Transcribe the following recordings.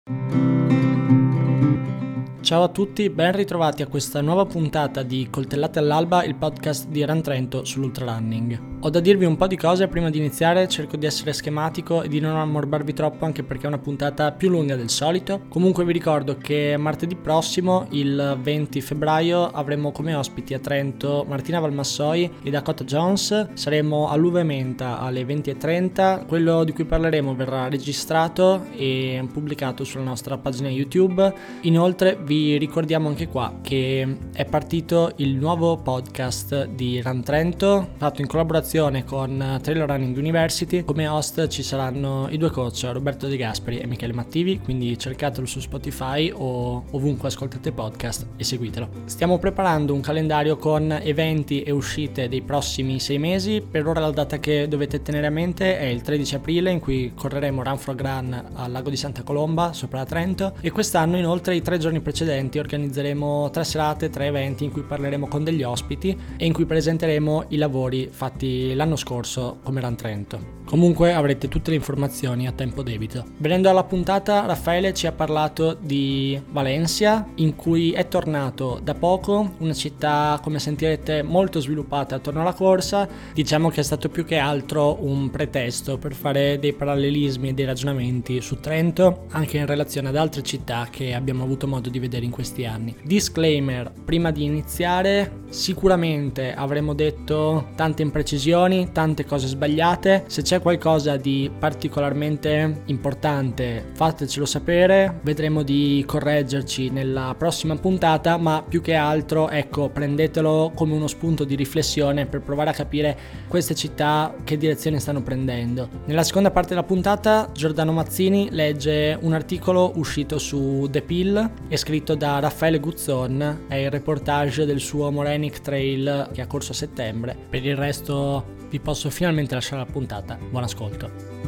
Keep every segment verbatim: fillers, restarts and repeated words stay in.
Ciao a tutti, ben ritrovati a questa nuova puntata di Coltellate all'Alba, il podcast di Run Trento sull'ultrarunning. Ho da dirvi un po' di cose prima di iniziare, cerco di essere schematico e di non ammorbarvi troppo anche perché è una puntata più lunga del solito. Comunque vi ricordo che martedì prossimo, il venti febbraio, avremo come ospiti a Trento Martina Valmassoi e Dakota Jones. Saremo all'Uve Menta alle venti e trenta, quello di cui parleremo verrà registrato e pubblicato sulla nostra pagina YouTube. Inoltre vi ricordiamo anche qua che è partito il nuovo podcast di Run Trento fatto in collaborazione con Trail Running University. Come host ci saranno i due coach Roberto De Gasperi e Michele Mattivi, quindi cercatelo su Spotify o ovunque ascoltate podcast e seguitelo. Stiamo preparando un calendario con eventi e uscite dei prossimi sei mesi. Per ora la data che dovete tenere a mente è il tredici aprile, in cui correremo Run Frog Run al lago di Santa Colomba sopra la Trento, e quest'anno inoltre i tre giorni precedenti organizzeremo tre serate, tre eventi in cui parleremo con degli ospiti e in cui presenteremo i lavori fatti l'anno scorso come Run Trento. Comunque avrete tutte le informazioni a tempo debito. Venendo alla puntata, Raffaele ci ha parlato di Valencia, in cui è tornato da poco, una città, come sentirete, molto sviluppata attorno alla corsa. Diciamo che è stato più che altro un pretesto per fare dei parallelismi e dei ragionamenti su Trento, anche in relazione ad altre città che abbiamo avuto modo di vedere in questi anni. Disclaimer prima di iniziare: sicuramente avremo detto tante imprecisioni, tante cose sbagliate. Se c'è qualcosa di particolarmente importante fatecelo sapere, vedremo di correggerci nella prossima puntata, ma più che altro, ecco, prendetelo come uno spunto di riflessione per provare a capire queste città che direzione stanno prendendo. Nella seconda parte della puntata Giordano Mazzini legge un articolo uscito su The Pill e scritto da Raffaele Guzzon, è il reportage del suo Morenic Trail che ha corso a settembre. Per il resto vi posso finalmente lasciare la puntata. Buon ascolto.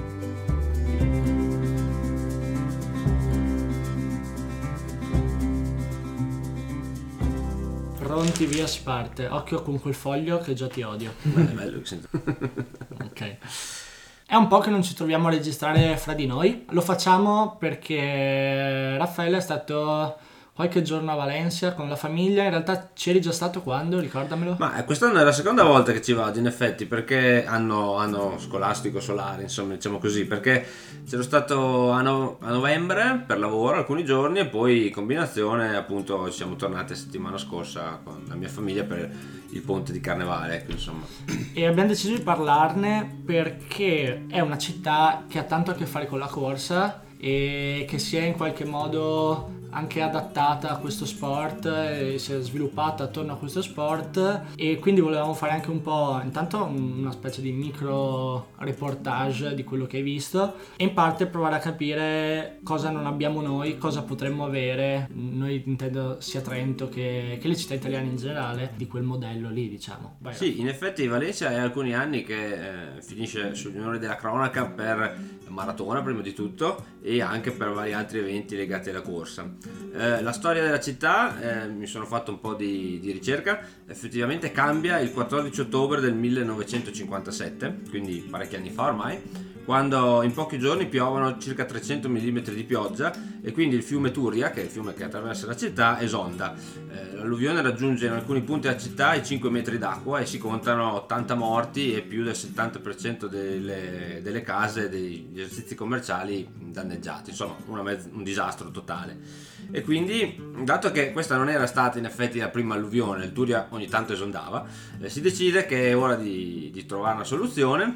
Pronti, via sparte. Occhio con quel foglio che già ti odio. Beh, è bello che sento. Ok. È un po' che non ci troviamo a registrare fra di noi. Lo facciamo perché Raffaele è stato qualche giorno a Valencia con la famiglia. In realtà c'eri già stato quando? Ricordamelo. Ma quest'anno è la seconda volta che ci vado, in effetti, perché hanno, hanno scolastico solare, insomma, diciamo così, perché c'ero stato a, no, a novembre per lavoro alcuni giorni e poi in combinazione appunto ci siamo tornati settimana scorsa con la mia famiglia per il ponte di Carnevale, ecco, insomma. E abbiamo deciso di parlarne perché è una città che ha tanto a che fare con la corsa e che si è in qualche modo anche adattata a questo sport e si è sviluppata attorno a questo sport, e quindi volevamo fare anche un po', intanto una specie di micro reportage di quello che hai visto e in parte provare a capire cosa non abbiamo noi, cosa potremmo avere noi, intendo sia Trento che, che le città italiane in generale, di quel modello lì, diciamo. Vai. Sì, in effetti Valencia è alcuni anni che eh, finisce sugli onori della cronaca per la maratona prima di tutto e anche per vari altri eventi legati alla corsa. Eh, la storia della città, eh, mi sono fatto un po' di, di ricerca, effettivamente cambia il quattordici ottobre del millenovecentocinquantasette, quindi parecchi anni fa ormai, quando in pochi giorni piovono circa trecento millimetri di pioggia e quindi il fiume Turia, che è il fiume che attraversa la città, esonda. Eh, l'alluvione raggiunge in alcuni punti della città i cinque metri d'acqua e si contano ottanta morti e più del settanta per cento delle, delle case e degli esercizi commerciali danneggiati, insomma una mezz- un disastro totale. E quindi, dato che questa non era stata in effetti la prima alluvione, il Turia ogni tanto esondava, eh, si decide che è ora di, di trovare una soluzione.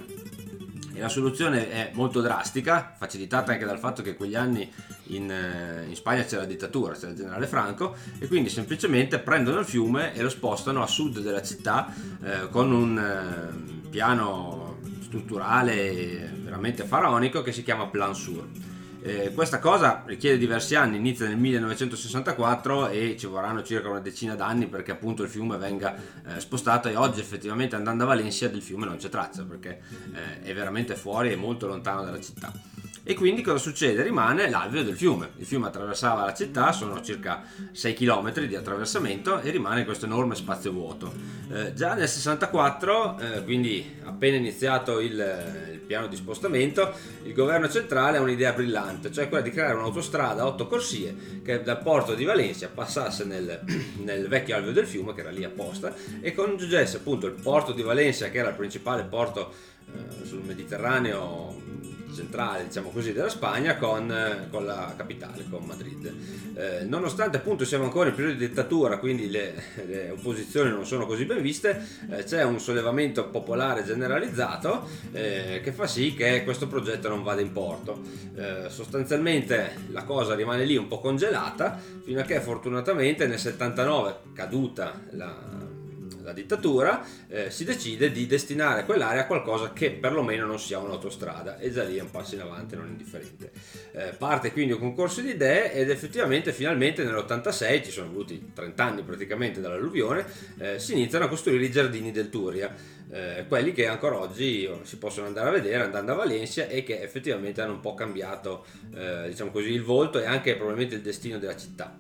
E la soluzione è molto drastica, facilitata anche dal fatto che quegli anni in, in Spagna c'era la dittatura, c'era il generale Franco, e quindi semplicemente prendono il fiume e lo spostano a sud della città eh, con un eh, piano strutturale veramente faraonico che si chiama Plan Sur. Eh, questa cosa richiede diversi anni, inizia nel millenovecentosessantaquattro e ci vorranno circa una decina d'anni perché appunto il fiume venga eh, spostato, e oggi effettivamente andando a Valencia del fiume non c'è traccia perché eh, è veramente fuori e molto lontano dalla città. e quindi cosa succede? Rimane l'alveo del fiume. Il fiume attraversava la città, sono circa sei chilometri di attraversamento e rimane questo enorme spazio vuoto. Eh, già nel sessantaquattro, eh, quindi appena iniziato il, il piano di spostamento, il governo centrale ha un'idea brillante, cioè quella di creare un'autostrada a otto corsie che dal porto di Valencia passasse nel, nel vecchio alveo del fiume, che era lì apposta, e congiungesse appunto il porto di Valencia, che era il principale porto eh, sul Mediterraneo centrale, diciamo così, della Spagna, con, eh, con la capitale, con Madrid. Eh, nonostante appunto siamo ancora in periodo di dittatura, quindi le, le opposizioni non sono così ben viste, eh, c'è un sollevamento popolare generalizzato eh, che fa sì che questo progetto non vada in porto. Eh, sostanzialmente la cosa rimane lì un po' congelata fino a che fortunatamente nel settantanove, caduta la la dittatura, eh, si decide di destinare quell'area a qualcosa che perlomeno non sia un'autostrada, e già lì è un passo in avanti non indifferente. Eh, parte quindi un concorso di idee ed effettivamente finalmente nell'ottantasei, ci sono voluti trenta anni praticamente dall'alluvione, eh, si iniziano a costruire i giardini del Turia, eh, quelli che ancora oggi si possono andare a vedere andando a Valencia e che effettivamente hanno un po' cambiato eh, diciamo così, il volto e anche probabilmente il destino della città.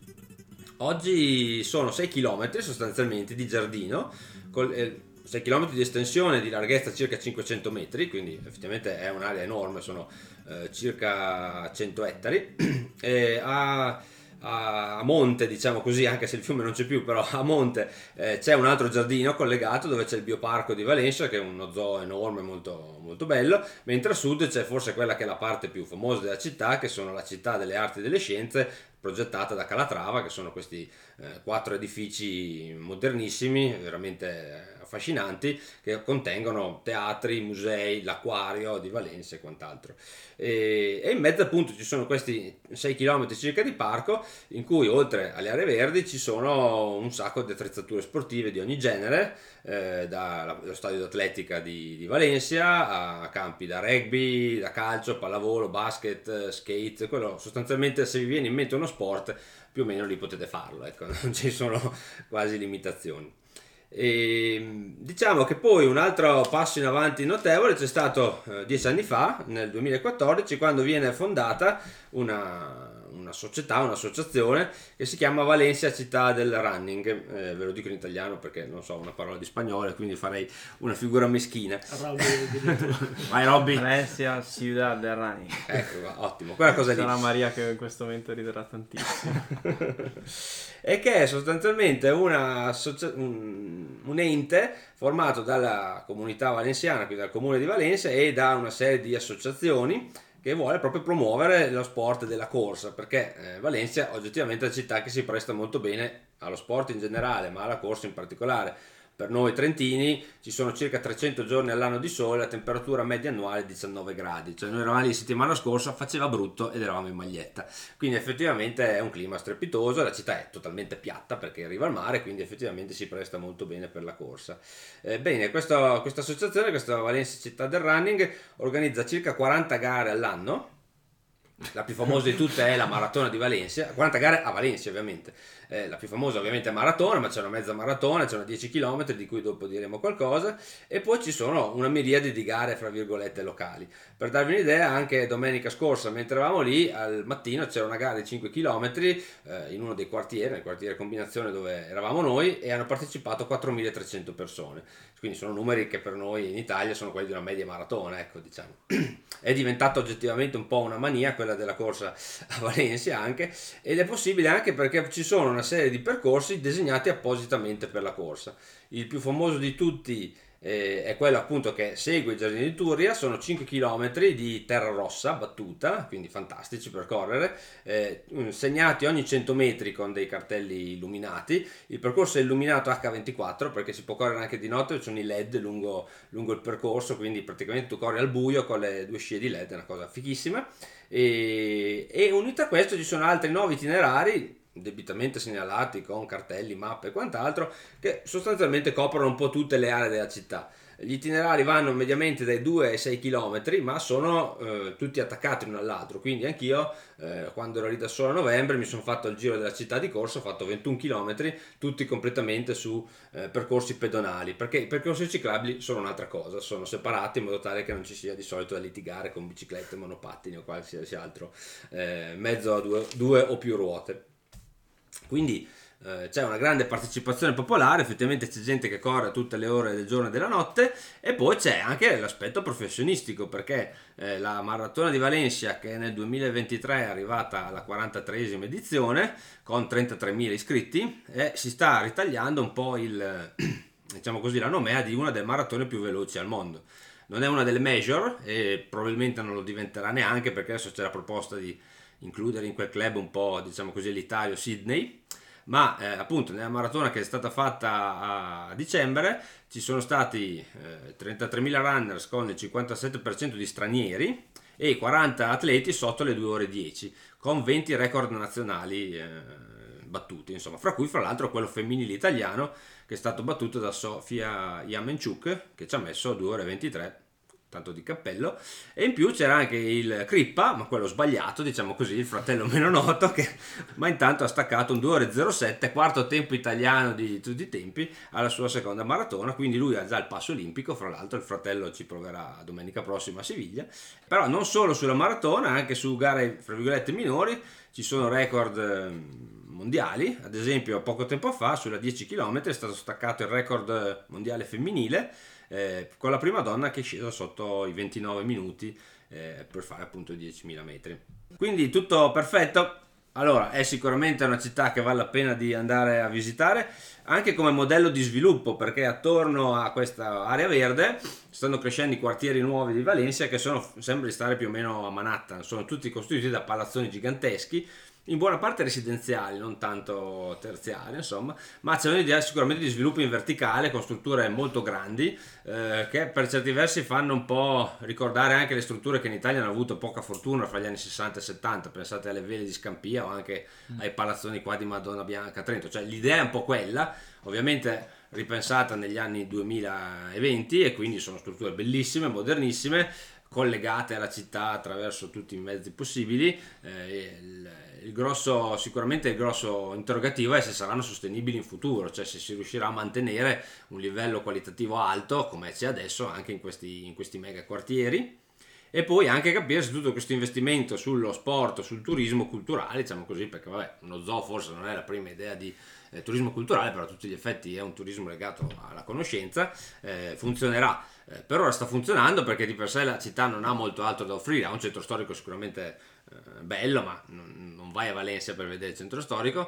Oggi sono sei chilometri sostanzialmente di giardino, con eh, sei chilometri di estensione, di larghezza circa cinquecento metri, quindi effettivamente è un'area enorme, sono eh, circa cento ettari. E a, a monte, diciamo così, anche se il fiume non c'è più, però a monte eh, c'è un altro giardino collegato dove c'è il bioparco di Valencia, che è uno zoo enorme, molto, molto bello, mentre a sud c'è forse quella che è la parte più famosa della città, che sono la città delle arti e delle scienze, progettata da Calatrava, che sono questi eh, quattro edifici modernissimi, veramente affascinanti, che contengono teatri, musei, l'acquario di Valencia e quant'altro. E, e in mezzo appunto ci sono questi sei chilometri circa di parco, in cui oltre alle aree verdi ci sono un sacco di attrezzature sportive di ogni genere, eh, dallo stadio d'atletica di, di Valencia a campi da rugby, da calcio, pallavolo, basket, skate, quello sostanzialmente, se vi viene in mente uno sport, più o meno lì potete farlo, ecco, non ci sono quasi limitazioni. E diciamo che poi un altro passo in avanti notevole c'è stato eh, dieci anni fa, nel duemilaquattordici, quando viene fondata una, una società, un'associazione che si chiama Valencia Città del Running. Eh, ve lo dico in italiano perché non so una parola di spagnolo, quindi farei una figura meschina. Vai Robby. Valencia Ciudad del Running. Ecco, ottimo, quella cosa lì. Sarà Maria che in questo momento riderà tantissimo. E che è sostanzialmente una associa- un, un ente formato dalla comunità valenziana, quindi dal comune di Valencia, e da una serie di associazioni che vuole proprio promuovere lo sport della corsa, perché eh, Valencia oggettivamente è una città che si presta molto bene allo sport in generale, ma alla corsa in particolare. Per noi trentini ci sono circa trecento giorni all'anno di sole, la temperatura media annuale è diciannove gradi, cioè noi eravamo lì settimana scorsa, faceva brutto ed eravamo in maglietta, quindi effettivamente è un clima strepitoso, la città è totalmente piatta perché arriva al mare, quindi effettivamente si presta molto bene per la corsa. Eh, bene, questa, questa associazione, questa Valencia Città del Running, organizza circa quaranta gare all'anno. La più famosa di tutte è la Maratona di Valencia, quaranta gare a Valencia ovviamente. Eh, la più famosa ovviamente è Maratona, ma c'è una mezza maratona, c'è una dieci chilometri di cui dopo diremo qualcosa, e poi ci sono una miriade di gare fra virgolette locali. Per darvi un'idea, anche domenica scorsa mentre eravamo lì al mattino c'era una gara di cinque chilometri eh, in uno dei quartieri, nel quartiere Combinazione dove eravamo noi, e hanno partecipato quattromilatrecento persone, quindi sono numeri che per noi in Italia sono quelli di una media maratona, ecco, diciamo. È diventata oggettivamente un po' una mania quella della corsa a Valencia anche, ed è possibile anche perché ci sono una serie di percorsi disegnati appositamente per la corsa. Il più famoso di tutti eh, è quello appunto che segue i giardini di Turia, sono cinque chilometri di terra rossa battuta, quindi fantastici per correre, eh, segnati ogni cento metri con dei cartelli illuminati. Il percorso è illuminato acca ventiquattro perché si può correre anche di notte, ci sono i led lungo, lungo il percorso, quindi praticamente tu corri al buio con le due scie di led, è una cosa fighissima. E, e unito a questo ci sono altri nuovi itinerari debitamente segnalati con cartelli, mappe e quant'altro, che sostanzialmente coprono un po' tutte le aree della città. Gli itinerari vanno mediamente dai due ai sei chilometri, ma sono eh, tutti attaccati l'uno all'altro, quindi anch'io eh, quando ero lì da solo a novembre mi sono fatto il giro della città di corsa, ho fatto ventuno chilometri, tutti completamente su eh, percorsi pedonali, perché i percorsi ciclabili sono un'altra cosa, sono separati in modo tale che non ci sia di solito da litigare con biciclette, monopattini o qualsiasi altro eh, mezzo a due, due o più ruote. Quindi eh, c'è una grande partecipazione popolare, effettivamente c'è gente che corre a tutte le ore del giorno e della notte, e poi c'è anche l'aspetto professionistico, perché eh, la Maratona di Valencia, che nel duemilaventitré è arrivata alla quarantatreesima edizione con trentatremila iscritti, eh, si sta ritagliando un po' il, diciamo così, la nomea di una delle maratone più veloci al mondo. Non è una delle major e probabilmente non lo diventerà neanche, perché adesso c'è la proposta di includere in quel club un po', diciamo così, l'Italia Sydney, ma eh, appunto nella maratona che è stata fatta a dicembre ci sono stati eh, trentatremila runners con il cinquantasette per cento di stranieri e quaranta atleti sotto le due ore e dieci, con venti record nazionali eh, battuti, insomma, fra cui fra l'altro quello femminile italiano che è stato battuto da Sofia Yamenchuk, che ci ha messo due ore e ventitré, tanto di cappello. E in più c'era anche il Crippa, ma quello sbagliato, diciamo così, il fratello meno noto, che ma intanto ha staccato un due ore e zero sette, quarto tempo italiano di tutti i tempi alla sua seconda maratona, quindi lui ha già il passo olimpico. Fra l'altro il fratello ci proverà domenica prossima a Siviglia. Però non solo sulla maratona, anche su gare fra virgolette minori ci sono record mondiali. Ad esempio poco tempo fa sulla dieci chilometri è stato staccato il record mondiale femminile, Eh, con la prima donna che è scesa sotto i ventinove minuti eh, per fare appunto diecimila metri. Quindi tutto perfetto. Allora, è sicuramente una città che vale la pena di andare a visitare, anche come modello di sviluppo, perché attorno a questa area verde stanno crescendo i quartieri nuovi di Valencia, che sono, sembra di stare più o meno a Manhattan. Sono tutti costruiti da palazzoni giganteschi, in buona parte residenziali, non tanto terziari, insomma, ma c'è un'idea sicuramente di sviluppo in verticale con strutture molto grandi eh, che per certi versi fanno un po' ricordare anche le strutture che in Italia hanno avuto poca fortuna fra gli anni sessanta e settanta. Pensate alle vele di Scampia o anche mm. ai palazzoni qua di Madonna Bianca a Trento. Cioè l'idea è un po' quella, ovviamente ripensata negli anni duemilaventi, e quindi sono strutture bellissime, modernissime, collegate alla città attraverso tutti i mezzi possibili. eh, il, il grosso, sicuramente il grosso interrogativo è se saranno sostenibili in futuro, cioè se si riuscirà a mantenere un livello qualitativo alto come c'è adesso anche in questi, in questi mega quartieri, e poi anche capire se tutto questo investimento sullo sport, sul turismo culturale, diciamo così, perché vabbè, uno zoo forse non è la prima idea di eh, turismo culturale, però a tutti gli effetti è un turismo legato alla conoscenza, eh, funzionerà. Eh, per ora sta funzionando perché di per sé la città non ha molto altro da offrire, ha un centro storico sicuramente eh, bello, ma non, non vai a Valencia per vedere il centro storico,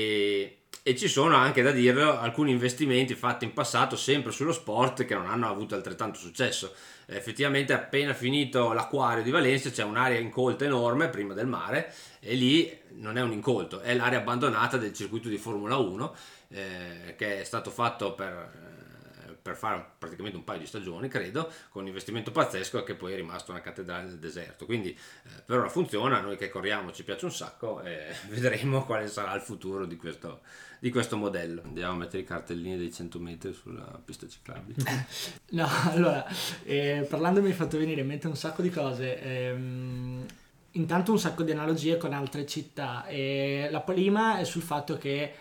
e, e ci sono anche, da dirlo, alcuni investimenti fatti in passato sempre sullo sport che non hanno avuto altrettanto successo. Eh, effettivamente appena finito l'acquario di Valencia c'è un'area incolta enorme prima del mare, e lì non è un incolto, è l'area abbandonata del circuito di Formula uno eh, che è stato fatto per per fare praticamente un paio di stagioni, credo, con un investimento pazzesco, e che poi è rimasto una cattedrale del deserto. Quindi eh, per ora funziona, noi che corriamo ci piace un sacco, e vedremo quale sarà il futuro di questo, di questo modello. Andiamo a mettere i cartellini dei cento metri sulla pista ciclabile. No, allora, eh, parlando mi hai fatto venire in mente un sacco di cose. Ehm, intanto un sacco di analogie con altre città, e la prima è sul fatto che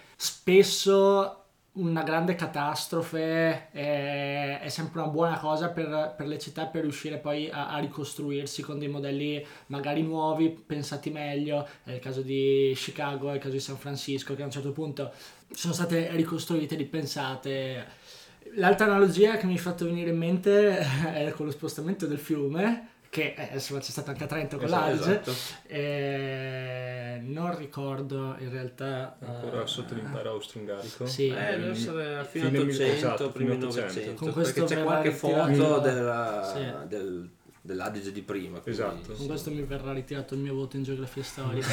spesso una grande catastrofe è, è sempre una buona cosa per, per le città, per riuscire poi a, a ricostruirsi con dei modelli magari nuovi, pensati meglio. È il caso di Chicago, è il caso di San Francisco, che a un certo punto sono state ricostruite, ripensate. L'altra analogia che mi hai fatto venire in mente è con lo spostamento del fiume, che eh, insomma c'è stato anche a Trento con esatto, l'Adige, esatto. eh, non ricordo in realtà ancora uh, sotto l'impero austro-ungarico, sì, eh, deve essere a fine fine ottocento, esatto, primi fine novecento, con perché questo c'è qualche foto ritirato... della, sì. del, dell'Adige di prima, quindi... esatto. Con questo mi verrà ritirato il mio voto in geografia storica.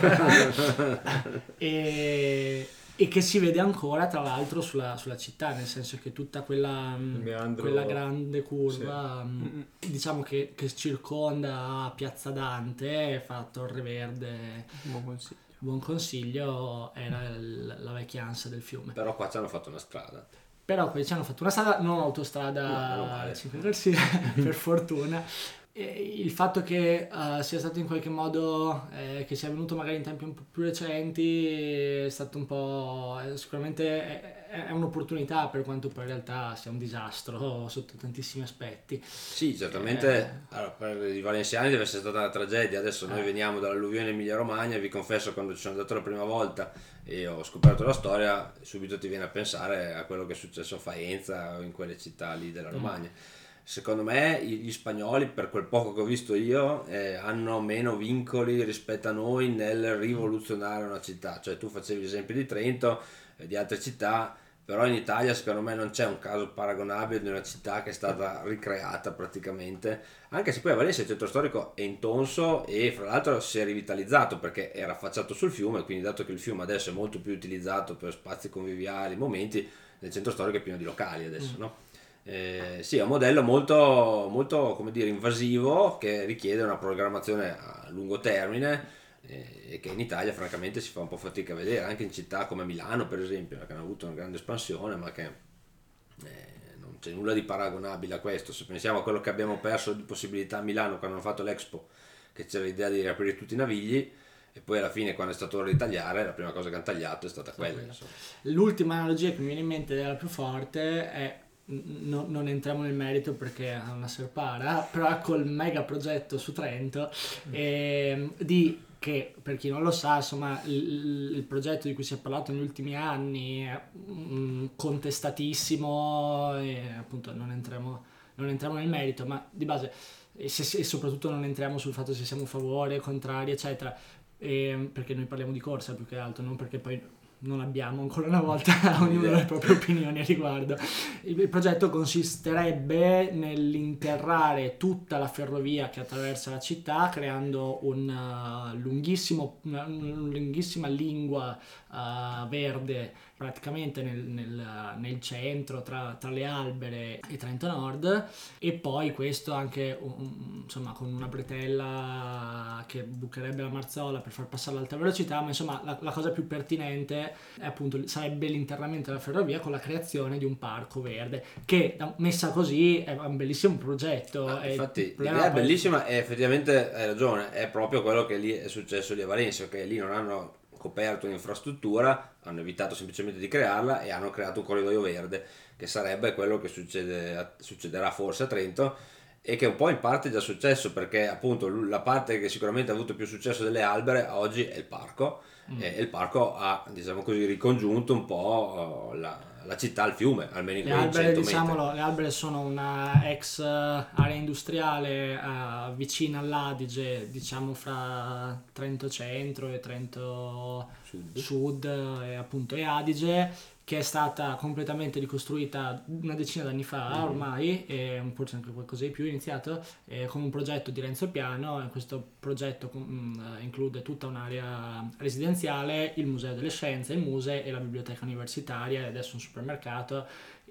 e, e che si vede ancora tra l'altro sulla, sulla città, nel senso che tutta quella, meandro, quella grande curva sì. diciamo che, che circonda Piazza Dante, fa Torre Verde, buon consiglio, buon consiglio era il, la vecchia ansa del fiume. Però qua ci hanno fatto una strada. però poi ci hanno fatto una strada, non autostrada No, non male. cinque versi, per fortuna. E il fatto che uh, sia stato in qualche modo, eh, che sia venuto magari in tempi un po' più recenti, è stato un po', eh, sicuramente è, è un'opportunità, per quanto poi in realtà sia un disastro sotto tantissimi aspetti. Sì, certamente allora, per i valenziani deve essere stata una tragedia. Adesso noi Eh. veniamo dall'alluvione Emilia-Romagna, vi confesso, quando ci sono andato la prima volta e ho scoperto la storia, subito ti viene a pensare a quello che è successo a Faenza o in quelle città lì della Romagna. Secondo me gli spagnoli, per quel poco che ho visto io, eh, hanno meno vincoli rispetto a noi nel rivoluzionare una città. Cioè tu facevi l'esempio di Trento e di altre città, però in Italia secondo me non c'è un caso paragonabile di una città che è stata ricreata praticamente, anche se poi a Valencia il centro storico è intonso e fra l'altro si è rivitalizzato perché era affacciato sul fiume, quindi dato che il fiume adesso è molto più utilizzato per spazi conviviali, momenti, nel centro storico è pieno di locali adesso, Mm. no? Eh, sì, è un modello molto, molto, come dire, invasivo, che richiede una programmazione a lungo termine eh, e che in Italia francamente si fa un po' fatica a vedere, anche in città come Milano per esempio, che hanno avuto una grande espansione, ma che eh, non c'è nulla di paragonabile a questo. Se pensiamo a quello che abbiamo perso di possibilità a Milano quando hanno fatto l'Expo, che c'era l'idea di riaprire tutti i Navigli, e poi alla fine quando è stato ora di tagliare, la prima cosa che hanno tagliato è stata quella, insomma. L'ultima analogia che mi viene in mente della più forte è, no, non entriamo nel merito perché è una serpara, però col mega progetto su Trento eh, di che, per chi non lo sa, insomma, il, il progetto di cui si è parlato negli ultimi anni è mm, contestatissimo e appunto non entriamo, non entriamo nel merito, ma di base e, se, e soprattutto non entriamo sul fatto se siamo a favore, contrari, eccetera, e, perché noi parliamo di corsa più che altro, non perché poi non abbiamo ancora una volta ognuno le proprie opinioni a riguardo. Il progetto consisterebbe nell'interrare tutta la ferrovia che attraversa la città, creando un uh, lunghissimo, una, una lunghissima lingua uh, verde praticamente nel, nel, nel centro tra, tra le Albere e Trento Nord, e poi questo anche um, insomma con una bretella che bucherebbe la Marzola per far passare l'alta velocità, ma insomma la, la cosa più pertinente è appunto sarebbe l'interramento della ferrovia con la creazione di un parco verde che messa così è un bellissimo progetto. Ah, è infatti l'idea è bellissima e effettivamente hai ragione, è proprio quello che lì è successo lì a Valencia, che lì non hanno coperto un'infrastruttura, hanno evitato semplicemente di crearla e hanno creato un corridoio verde, che sarebbe quello che succede, succederà forse a Trento, e che un po' in parte è già successo, perché appunto la parte che sicuramente ha avuto più successo delle Albere oggi è il parco, mm. e il parco ha, diciamo così, ricongiunto un po' la, la città al fiume, almeno in le quei Albere, cento diciamolo, metri. le Albere sono una ex area industriale uh, vicina all'Adige, diciamo fra Trento Centro e Trento Sud, Sud e appunto e Adige, che è stata completamente ricostruita una decina d'anni fa ormai, e forse anche qualcosa di più, iniziato eh, con un progetto di Renzo Piano, e questo progetto mh, include tutta un'area residenziale, il Museo delle Scienze, il Muse e la biblioteca universitaria, e adesso un supermercato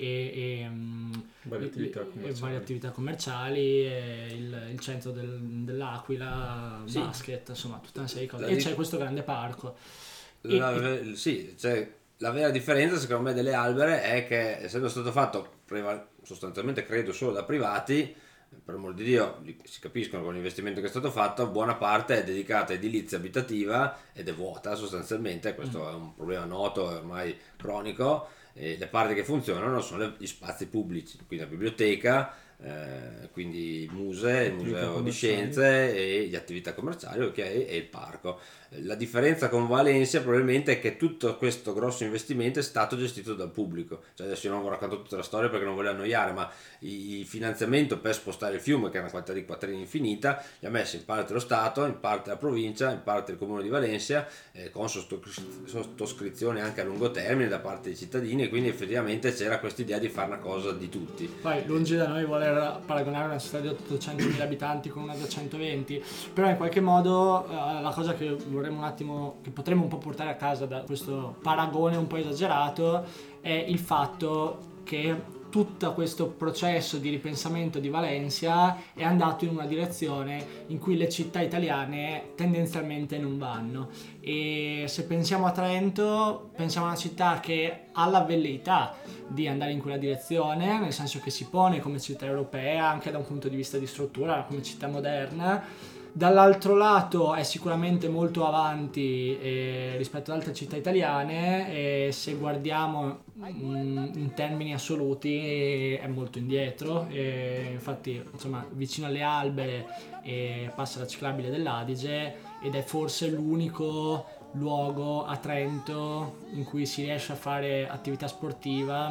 e, e, mh, varie, attività e varie attività commerciali, e il, il centro del, dell'Aquila, sì. basket, insomma tutta una serie di cose. La E di... c'è questo grande parco. La, e, e... Sì, cioè... La vera differenza secondo me delle Albere è che, essendo stato fatto sostanzialmente credo solo da privati, per amor di Dio si capiscono con l'investimento che è stato fatto, buona parte è dedicata a edilizia abitativa ed è vuota sostanzialmente. Questo mm. è un problema noto e ormai cronico, e le parti che funzionano sono gli spazi pubblici, quindi la biblioteca, eh, quindi il museo, il museo di scienze e le attività commerciali, ok, e il parco. La differenza con Valencia probabilmente è che tutto questo grosso investimento è stato gestito dal pubblico. Cioè adesso io non vi racconto tutta la storia perché non voglio annoiare, ma il finanziamento per spostare il fiume, che è una quantità di quattrini infinita, li ha messi in parte lo Stato, in parte la provincia, in parte il Comune di Valencia, eh, con sottoscrizione anche a lungo termine da parte dei cittadini, e quindi effettivamente c'era questa idea di fare una cosa di tutti. Poi lungi da noi voler paragonare una città di ottocentomila abitanti con una da centoventi, però in qualche modo uh, la cosa che vorremmo un attimo, che potremmo un po' portare a casa da questo paragone un po' esagerato, è il fatto che tutto questo processo di ripensamento di Valencia è andato in una direzione in cui le città italiane tendenzialmente non vanno. E se pensiamo a Trento, pensiamo a una città che ha la velleità di andare in quella direzione, nel senso che si pone come città europea anche da un punto di vista di struttura, come città moderna. Dall'altro lato è sicuramente molto avanti eh, rispetto ad altre città italiane, e se guardiamo mh, in termini assoluti eh, è molto indietro. E infatti, insomma, vicino alle Albe eh, passa la ciclabile dell'Adige, ed è forse l'unico luogo a Trento in cui si riesce a fare attività sportiva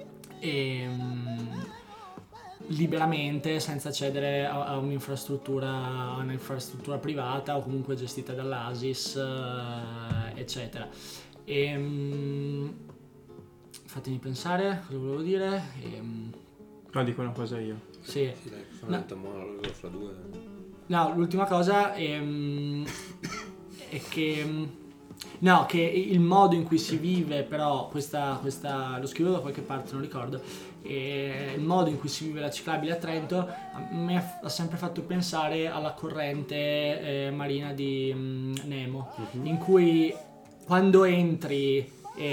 e mh, liberamente, senza cedere a, a un'infrastruttura a un'infrastruttura privata o comunque gestita dall'Asis, eh, eccetera. E, mh, fatemi pensare cosa volevo dire. E, mh, no, dico una cosa io. Sì. Sì, dai, sono no. monologo fra due. No, l'ultima cosa è, mh, è che mh, no, che il modo in cui si vive, però questa, questa lo scrivo da qualche parte, non ricordo, e il modo in cui si vive la ciclabile a Trento mi ha, ha sempre fatto pensare alla corrente eh, marina di mh, Nemo, uh-huh. in cui quando entri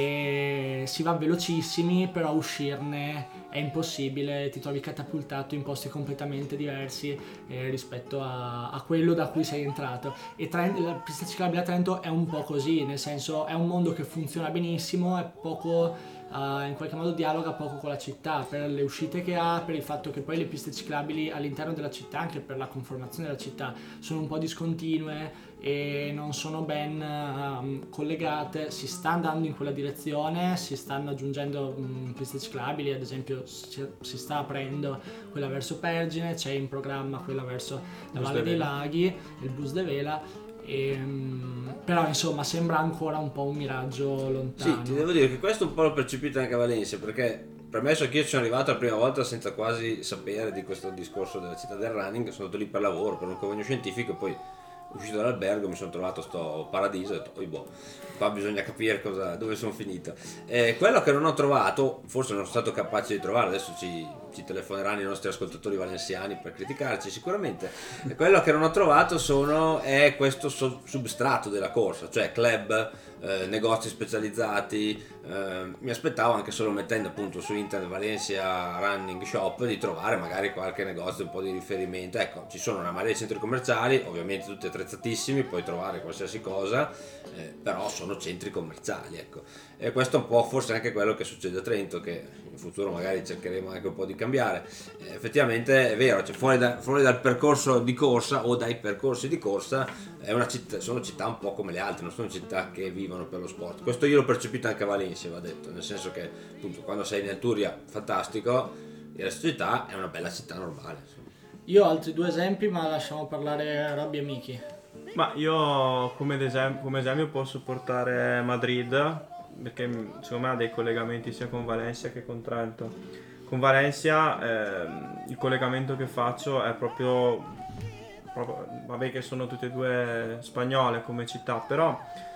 eh, si va velocissimi, però uscirne è impossibile, ti trovi catapultato in posti completamente diversi eh, rispetto a, a quello da cui sei entrato. E Trent, la pista ciclabile a Trento è un po' così, nel senso è un mondo che funziona benissimo, è poco Uh, in qualche modo dialoga poco con la città, per le uscite che ha, per il fatto che poi le piste ciclabili all'interno della città, anche per la conformazione della città, sono un po' discontinue e non sono ben uh, collegate. Si sta andando in quella direzione, si stanno aggiungendo um, piste ciclabili, ad esempio si, si sta aprendo quella verso Pergine, c'è in programma quella verso la Bus Valle de dei Vela. Laghi, il Bus de Vela. E, però insomma sembra ancora un po' un miraggio lontano. Sì, ti devo dire che questo un po' l'ho percepito anche a Valencia, perché premesso che io ci sono arrivato la prima volta senza quasi sapere di questo discorso della città del running, sono andato lì per lavoro, per un convegno scientifico, e poi uscito dall'albergo mi sono trovato sto paradiso e ho detto, oh, boh, qua bisogna capire cosa, dove sono finito. E quello che non ho trovato, forse non sono stato capace di trovare, adesso ci, ci telefoneranno i nostri ascoltatori valenziani per criticarci sicuramente, e quello che non ho trovato sono, è questo substrato della corsa, cioè club, eh, negozi specializzati. eh, mi aspettavo, anche solo mettendo appunto su internet Valencia Running Shop, di trovare magari qualche negozio un po' di riferimento. Ecco, ci sono una marea di centri commerciali, ovviamente tutti attrezzatissimi, puoi trovare qualsiasi cosa, eh, però sono centri commerciali, ecco. E questo è un po' forse anche quello che succede a Trento, che in futuro magari cercheremo anche un po' di cambiare. Eh, effettivamente è vero, cioè fuori, da, fuori dal percorso di corsa o dai percorsi di corsa è una città, sono città un po' come le altre, non sono città che vivono per lo sport. Questo io l'ho percepito anche a Valencia, va detto, nel senso che appunto quando sei in Alturia fantastico, e la città è una bella città normale, insomma. Io ho altri due esempi, ma lasciamo parlare Robby e Miki. Ma io come esempio, come esempio posso portare Madrid, perché secondo me ha dei collegamenti sia con Valencia che con Trento. Con Valencia eh, il collegamento che faccio è proprio, proprio, vabbè che sono tutte e due spagnole come città, però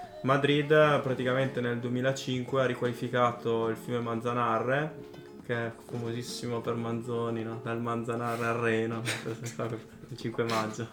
Madrid praticamente nel duemilacinque ha riqualificato il fiume Manzanarre, che è famosissimo per Manzoni, no? Dal Manzanarre al Reno, il cinque maggio.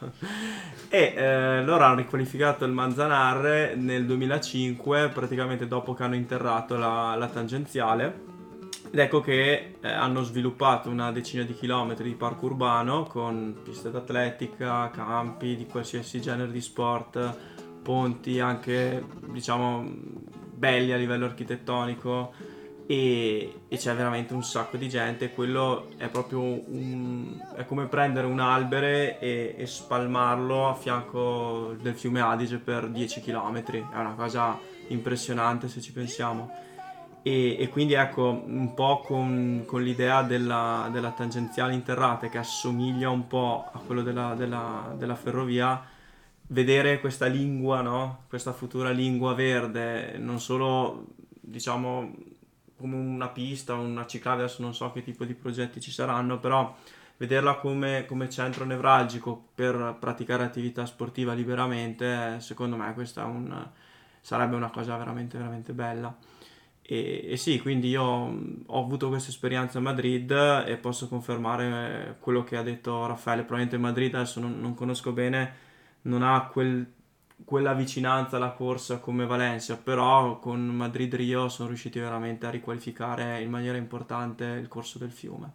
E eh, loro hanno riqualificato il Manzanarre nel duemilacinque, praticamente dopo che hanno interrato la, la tangenziale. Ed ecco che eh, hanno sviluppato una decina di chilometri di parco urbano con piste d'atletica, campi di qualsiasi genere di sport, ponti anche, diciamo, belli a livello architettonico. E, e c'è veramente un sacco di gente. Quello è proprio un, è come prendere un albere e, e spalmarlo a fianco del fiume Adige per dieci chilometri. È una cosa impressionante se ci pensiamo. E, e quindi ecco, un po' con, con l'idea della, della tangenziale interrata, che assomiglia un po' a quello della, della, della ferrovia, vedere questa lingua, no? Questa futura lingua verde, non solo, diciamo, come una pista, una ciclabile, adesso non so che tipo di progetti ci saranno, però vederla come, come centro nevralgico per praticare attività sportiva liberamente, secondo me questa è un, sarebbe una cosa veramente veramente bella. E, e sì, quindi io mh, ho avuto questa esperienza a Madrid e posso confermare eh, quello che ha detto Raffaele. Probabilmente Madrid, adesso non, non conosco bene, non ha quel- quella vicinanza alla corsa come Valencia, però con Madrid-Rio sono riusciti veramente a riqualificare in maniera importante il corso del fiume.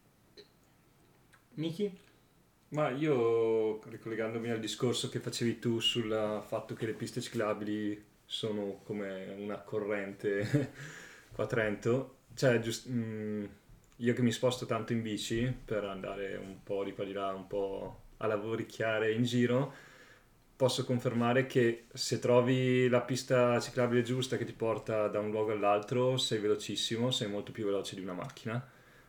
Miki? Ma io, ricollegandomi al discorso che facevi tu sul fatto che le piste ciclabili sono come una corrente qua a Trento, cioè giust- mm, io che mi sposto tanto in bici per andare un po' di qua di là, un po' a lavoricchiare in giro, posso confermare che se trovi la pista ciclabile giusta che ti porta da un luogo all'altro, sei velocissimo, sei molto più veloce di una macchina,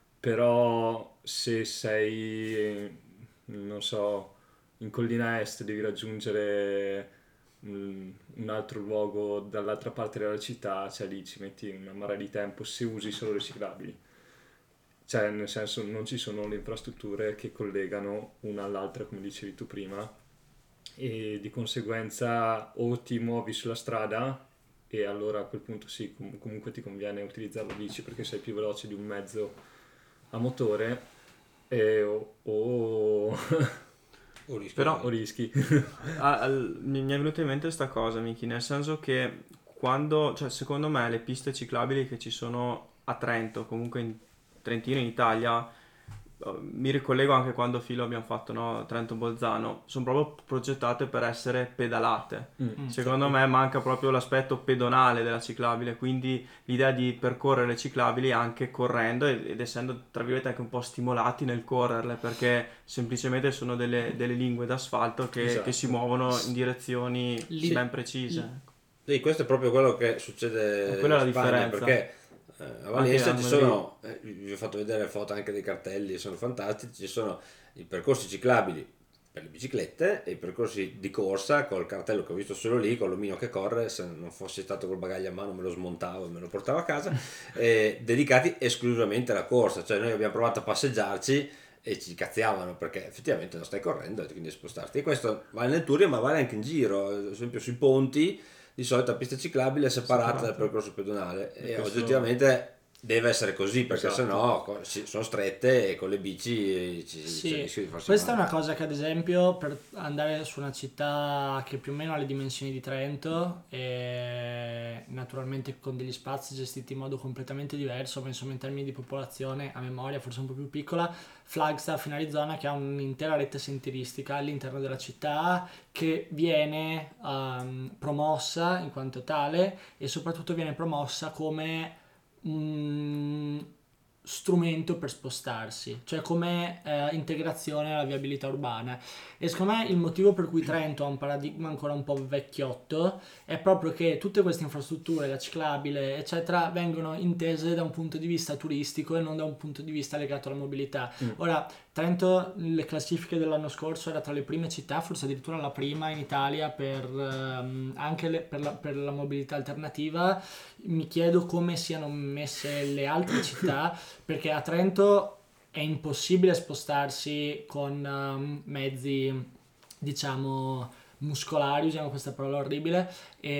però se sei, non so, in collina est devi raggiungere mm, un altro luogo dall'altra parte della città, cioè lì ci metti una marea di tempo se usi solo le ciclabili. Cioè, nel senso, non ci sono le infrastrutture che collegano una all'altra, come dicevi tu prima, e di conseguenza o ti muovi sulla strada e allora a quel punto sì, com- comunque ti conviene utilizzare la bici perché sei più veloce di un mezzo a motore e o, o, O rischi Però- di- o rischi. Ah, al- mi, mi è venuta in mente questa cosa, Miki, nel senso che quando, cioè secondo me le piste ciclabili che ci sono a Trento, comunque in Trentino, in Italia, eh, mi ricollego anche quando Filo abbiamo fatto, no, Trento-Bolzano, sono proprio progettate per essere pedalate. Mm. Secondo me manca proprio l'aspetto pedonale della ciclabile, quindi l'idea di percorrere le ciclabili anche correndo ed ed essendo tra virgolette anche un po' stimolati nel correrle, perché semplicemente sono delle, delle lingue d'asfalto che, Esatto. che si muovono in direzioni Lì- ben precise. Sì, questo è proprio quello che succede E quella è la in Spagna, differenza. perché eh, a Valencia Anche ci a sono, eh, vi ho fatto vedere foto anche dei cartelli, sono fantastici, ci sono i percorsi ciclabili per le biciclette e i percorsi di corsa col cartello che ho visto solo lì, con l'omino che corre, se non fossi stato col bagaglio a mano me lo smontavo e me lo portavo a casa, eh, dedicati esclusivamente alla corsa, cioè noi abbiamo provato a passeggiarci e ci cazziavano perché effettivamente non stai correndo e quindi spostarti, e questo vale nel Turio ma vale anche in giro, ad esempio sui ponti di solito la pista ciclabile è separata Separata. dal percorso pedonale E e questo- oggettivamente deve essere così perché Esatto. sennò co- si- sono strette e con le bici ci, c'è il Sì, rischio di farsi questa è male. una cosa che ad esempio per andare su una città che più o meno ha le dimensioni di Trento e naturalmente con degli spazi gestiti in modo completamente diverso, ma insomma in termini di popolazione a memoria forse un po' più piccola, Flagstaff in Arizona che ha un'intera rete sentieristica all'interno della città che viene ehm, promossa in quanto tale e soprattutto viene promossa come un strumento per spostarsi, cioè come eh, integrazione alla viabilità urbana. E secondo me il motivo per cui Trento ha un paradigma ancora un po' vecchiotto è proprio che tutte queste infrastrutture, la ciclabile, eccetera, vengono intese da un punto di vista turistico e non da un punto di vista legato alla mobilità. Mm. Ora, Trento, le classifiche dell'anno scorso era tra le prime città, forse addirittura la prima in Italia per ehm, anche le- per, la, per la mobilità alternativa. Mi chiedo come siano messe le altre città, perché a Trento è impossibile spostarsi con ehm, mezzi, diciamo, muscolari, usiamo questa parola orribile,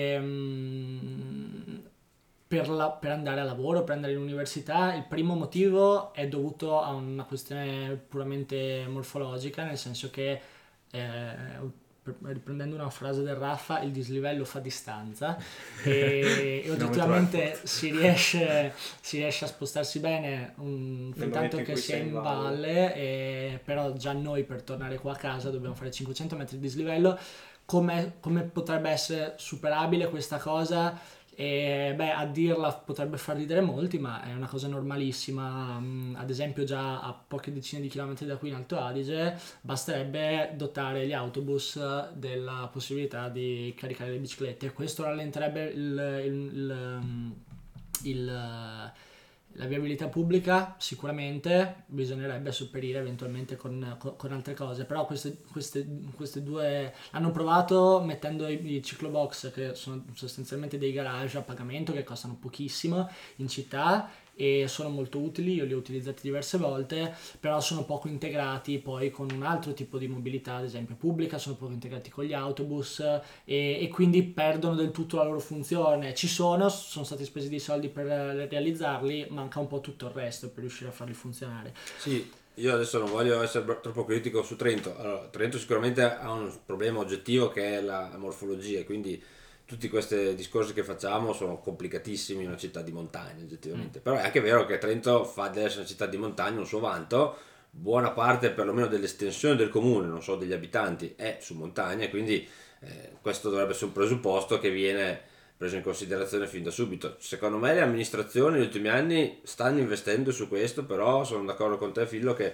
ehm, per, la- per andare a lavoro, per andare all'università. Il primo motivo è dovuto a una questione puramente morfologica, nel senso che, eh, per- riprendendo una frase del Raffa, il dislivello fa distanza e, e oggettivamente si riesce, si riesce a spostarsi bene um, fin Nel tanto momento in che cui si è sei in in valle. valle, e, però già noi per tornare qua a casa dobbiamo fare cinquecento metri di dislivello. Come, come potrebbe essere superabile questa cosa? E beh, a dirla potrebbe far ridere molti, ma è una cosa normalissima. Mm, ad esempio, già a poche decine di chilometri da qui in Alto Adige, basterebbe dotare gli autobus della possibilità di caricare le biciclette. Questo rallenterebbe il, il- il- mm, il- la viabilità pubblica, sicuramente bisognerebbe sopperire eventualmente con, con- con altre cose, però queste, queste, queste due hanno provato mettendo i, i ciclobox, che sono sostanzialmente dei garage a pagamento che costano pochissimo in città, e sono molto utili, io li ho utilizzati diverse volte, però sono poco integrati poi con un altro tipo di mobilità, ad esempio pubblica, sono poco integrati con gli autobus e, e quindi perdono del tutto la loro funzione. Ci sono, sono stati spesi dei soldi per realizzarli, manca un po' tutto il resto per riuscire a farli funzionare. Sì, io adesso non voglio essere br- troppo critico su Trento. Allora, Trento sicuramente ha un problema oggettivo che è la morfologia, quindi tutti questi discorsi che facciamo sono complicatissimi in una città di montagna oggettivamente. Però è anche vero che Trento fa di essere una città di montagna un suo vanto, buona parte perlomeno dell'estensione del comune, non so degli abitanti, è su montagna, quindi eh, questo dovrebbe essere un presupposto che viene preso in considerazione fin da subito. Secondo me le amministrazioni negli ultimi anni stanno investendo su questo, però sono d'accordo con te Fillo che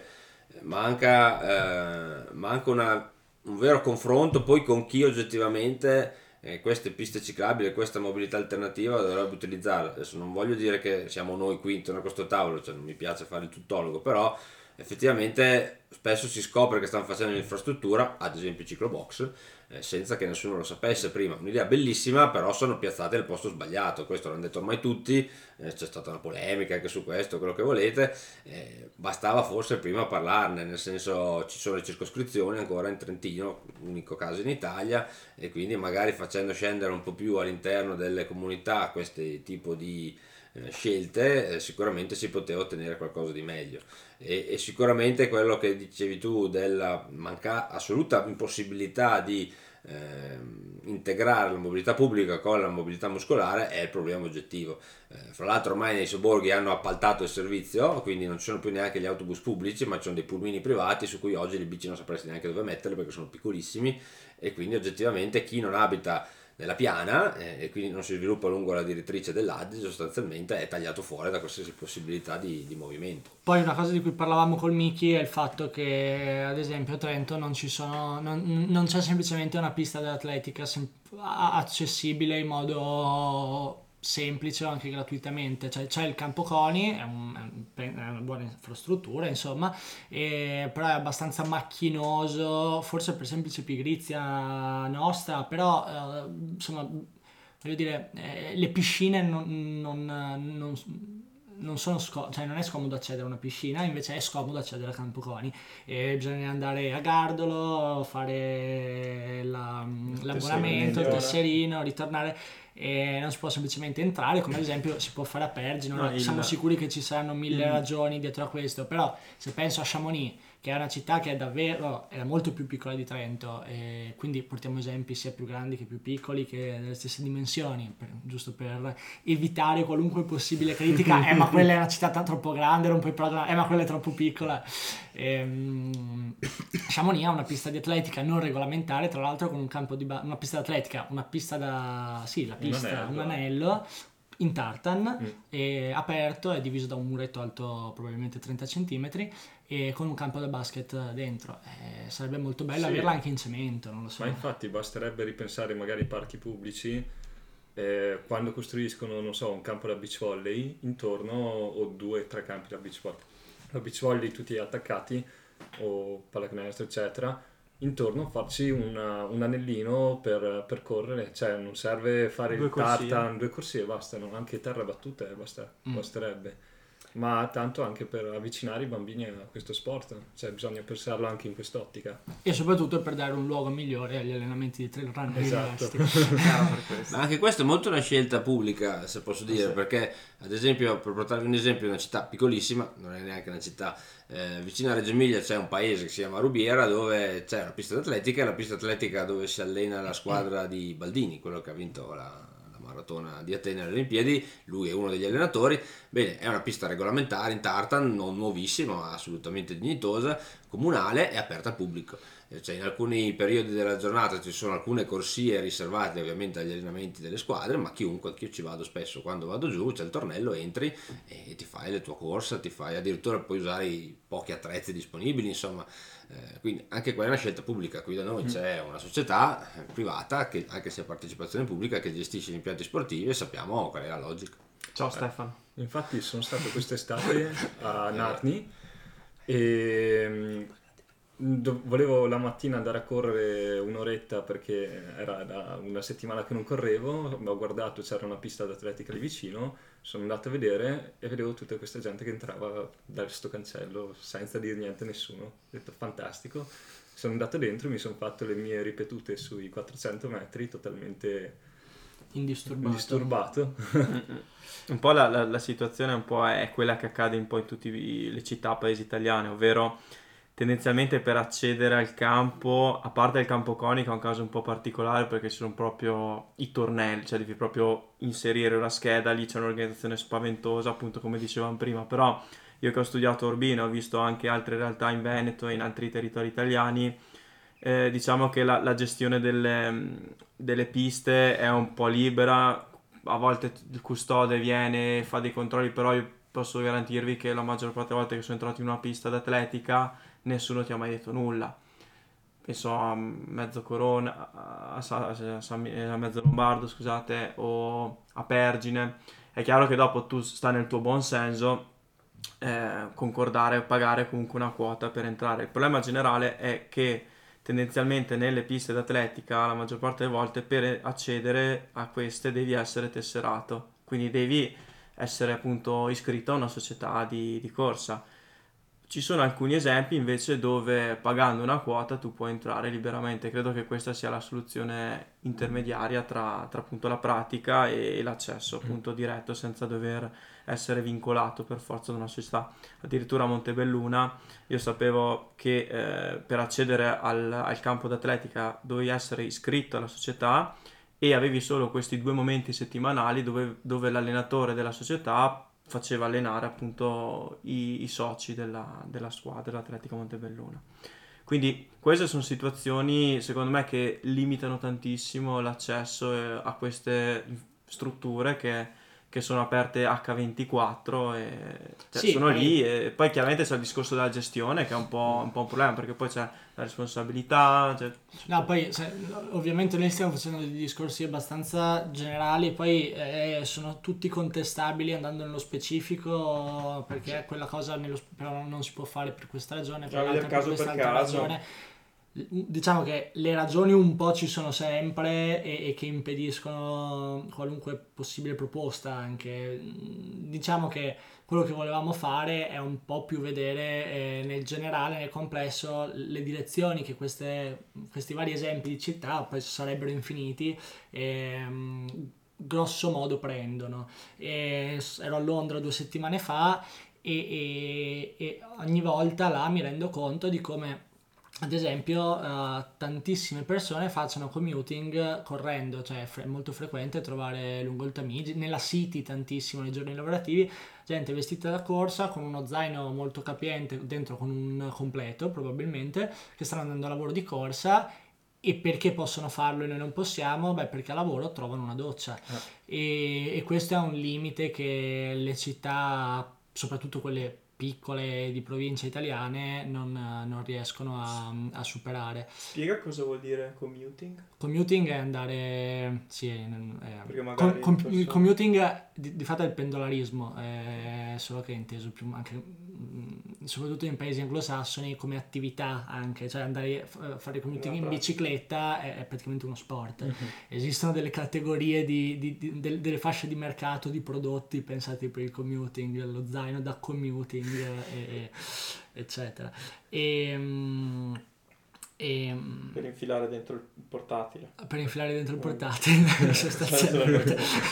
manca, eh, manca una, un vero confronto poi con chi oggettivamente eh, queste piste ciclabili, questa mobilità alternativa dovrebbe utilizzarla. Adesso non voglio dire che siamo noi qui intorno a questo tavolo, cioè non mi piace fare il tuttologo, però effettivamente spesso si scopre che stanno facendo l'infrastruttura, ad esempio i ciclobox, eh, senza che nessuno lo sapesse prima. Un'idea bellissima, però sono piazzate al posto sbagliato, questo l'hanno detto ormai tutti, eh, c'è stata una polemica anche su questo, quello che volete, eh, bastava forse prima parlarne, nel senso ci sono le circoscrizioni ancora in Trentino, unico caso in Italia, e quindi magari facendo scendere un po' più all'interno delle comunità questi tipo di eh, scelte, eh, sicuramente si poteva ottenere qualcosa di meglio. E, e sicuramente quello che dicevi tu della manca assoluta impossibilità di eh, integrare la mobilità pubblica con la mobilità muscolare è il problema oggettivo. Eh, fra l'altro ormai nei sobborghi hanno appaltato il servizio, quindi non ci sono più neanche gli autobus pubblici, ma ci sono dei pulmini privati su cui oggi le bici non sapresti neanche dove metterle perché sono piccolissimi, e quindi oggettivamente chi non abita nella piana eh, e quindi non si sviluppa lungo la direttrice dell'Adige sostanzialmente è tagliato fuori da qualsiasi possibilità di, di movimento. Poi una cosa di cui parlavamo col Miki è il fatto che ad esempio a Trento non ci sono non, non c'è semplicemente una pista dell'atletica sem- accessibile in modo semplice o anche gratuitamente, cioè c'è il campo Coni, è, un, è, un, è una buona infrastruttura insomma, e, però è abbastanza macchinoso, forse per semplice pigrizia nostra, però eh, insomma voglio dire eh, le piscine non, non, non non sono scom- cioè non è scomodo accedere a una piscina, invece è scomodo accedere a Campo Coni e bisogna andare a Gardolo, fare la, l'abbonamento, il tesserino, ritornare e non si può semplicemente entrare, come ad esempio si può fare a Pergine. No, il... siamo sicuri che ci saranno mille il... ragioni dietro a questo, però se penso a Chamonix, che è una città che è davvero è molto più piccola di Trento, e quindi portiamo esempi sia più grandi che più piccoli che delle stesse dimensioni, per, giusto per evitare qualunque possibile critica. Eh ma quella è una città troppo grande, non puoi programmare, eh ma quella è troppo piccola. Ehm, Chamonix ha una pista di atletica non regolamentare, tra l'altro con un campo di ba- una pista atletica, una pista da sì, la pista, un anello, un anello in tartan, mm. è aperto, è diviso da un muretto alto probabilmente trenta centimetri e con un campo da basket dentro. Eh, sarebbe molto bello sì. averla anche in cemento, non lo so. Ma infatti basterebbe ripensare magari ai parchi pubblici, eh, quando costruiscono, non so, un campo da beach volley intorno, o due o tre campi da beach volley, da beach volley tutti attaccati, o pallacanestro eccetera, intorno farci una, un anellino per, per correre, cioè non serve fare due il corsie. tartan, due corsie bastano, anche terra battute basta, mm. basterebbe, ma tanto anche per avvicinare i bambini a questo sport, cioè bisogna pensarlo anche in quest'ottica e soprattutto per dare un luogo migliore agli allenamenti di trail run. Esatto. Ma anche questo è molto una scelta pubblica, se posso dire, sì. Perché ad esempio, per portarvi un esempio, una città piccolissima, non è neanche una città, eh, vicino a Reggio Emilia c'è un paese che si chiama Rubiera, dove c'è una pista d'atletica, la pista atletica dove si allena la squadra di Baldini, quello che ha vinto la maratona di Atene alle Olimpiadi, lui è uno degli allenatori. Bene, è una pista regolamentare in tartan, non nuovissima, ma assolutamente dignitosa, comunale e aperta al pubblico. Cioè, in alcuni periodi della giornata ci sono alcune corsie riservate ovviamente agli allenamenti delle squadre, ma chiunque, anch'io ci vado spesso, quando vado giù c'è il tornello, entri e ti fai la tua corsa, ti fai addirittura puoi usare i pochi attrezzi disponibili, insomma. Eh, quindi anche quella è una scelta pubblica. Qui da noi mm. c'è una società eh, privata che anche se a partecipazione pubblica che gestisce gli impianti sportivi e sappiamo qual è la logica. Ciao eh. Stefano. Infatti sono stato quest'estate a Narni e do- volevo la mattina andare a correre un'oretta perché era da una settimana che non correvo, ho guardato, c'era una pista d'atletica lì vicino, sono andato a vedere e vedevo tutta questa gente che entrava da sto cancello senza dire niente a nessuno. Ho detto fantastico. Sono andato dentro, mi sono fatto le mie ripetute sui quattrocento metri totalmente Indisturbato. indisturbato. Un po' la, la- la situazione un po' è quella che accade un po' in tutte le città, paesi italiani, ovvero tendenzialmente per accedere al campo, a parte il campo conico è un caso un po' particolare perché ci sono proprio i tornelli, cioè devi proprio inserire una scheda, lì c'è un'organizzazione spaventosa, appunto come dicevamo prima, però io che ho studiato a Urbino, ho visto anche altre realtà in Veneto e in altri territori italiani, eh, diciamo che la, la gestione delle, delle piste è un po' libera, a volte il custode viene, fa dei controlli, però io posso garantirvi che la maggior parte delle volte che sono entrato in una pista d'atletica nessuno ti ha mai detto nulla. Penso a Mezzo Corona, a, Sa- a San- a Mezzo Lombardo, scusate, o a Pergine. È chiaro che dopo tu sta nel tuo buon senso eh, concordare o pagare comunque una quota per entrare. Il problema generale è che tendenzialmente nelle piste d'atletica la maggior parte delle volte per accedere a queste devi essere tesserato, quindi devi essere appunto iscritto a una società di, di corsa. Ci sono alcuni esempi invece dove pagando una quota tu puoi entrare liberamente. Credo che questa sia la soluzione intermediaria tra, tra appunto la pratica e l'accesso appunto diretto senza dover essere vincolato per forza da una società. Addirittura a Montebelluna io sapevo che eh, per accedere al, al campo d'atletica dovevi essere iscritto alla società e avevi solo questi due momenti settimanali dove, dove l'allenatore della società faceva allenare appunto i, i soci della, della squadra, l'Atletica Montebelluna. Quindi queste sono situazioni secondo me che limitano tantissimo l'accesso eh, a queste strutture che, che sono aperte acca ventiquattro e cioè, Sì, sono poi- lì e poi chiaramente c'è il discorso della gestione che è un po', un po' un problema perché poi c'è la responsabilità, cioè, No, poi se- ovviamente noi stiamo facendo dei discorsi abbastanza generali, poi eh, sono tutti contestabili andando nello specifico, perché quella cosa nello, però non si può fare per questa ragione, per Bisogna vedere l'altra per caso per quest'altra caso. ragione. Diciamo che le ragioni un po' ci sono sempre e, e che impediscono qualunque possibile proposta anche. Diciamo che quello che volevamo fare è un po' più vedere eh, nel generale, nel complesso, le direzioni che queste, questi vari esempi di città, poi sarebbero infiniti, ehm, grosso modo prendono. E s- ero a Londra due settimane fa e, e- e ogni volta là mi rendo conto di come ad esempio eh, tantissime persone facciano commuting correndo, cioè è fre- molto frequente trovare lungo il Tamigi, nella City tantissimo nei giorni lavorativi, gente vestita da corsa con uno zaino molto capiente dentro con un completo probabilmente, che stanno andando a lavoro di corsa. E perché possono farlo e noi non possiamo? Beh, perché a lavoro trovano una doccia. E, e questo è un limite che le città, soprattutto quelle piccole di province italiane, non, non riescono a, a superare. Spiega cosa vuol dire commuting? Commuting è andare, sì, è- Perché com- magari com- persone- il commuting di, di fatto è il pendolarismo, è solo che è inteso più anche, mm, soprattutto in paesi anglosassoni, come attività anche, cioè andare a fare commuting Una in pratica. bicicletta è, è praticamente uno sport. Esistono delle categorie di, di- di- del- delle fasce di mercato di prodotti pensati per il commuting, lo zaino da commuting, e- e- eccetera. E, mm, e, mm, Per infilare dentro il portatile. per infilare dentro il portatile sostanzialmente.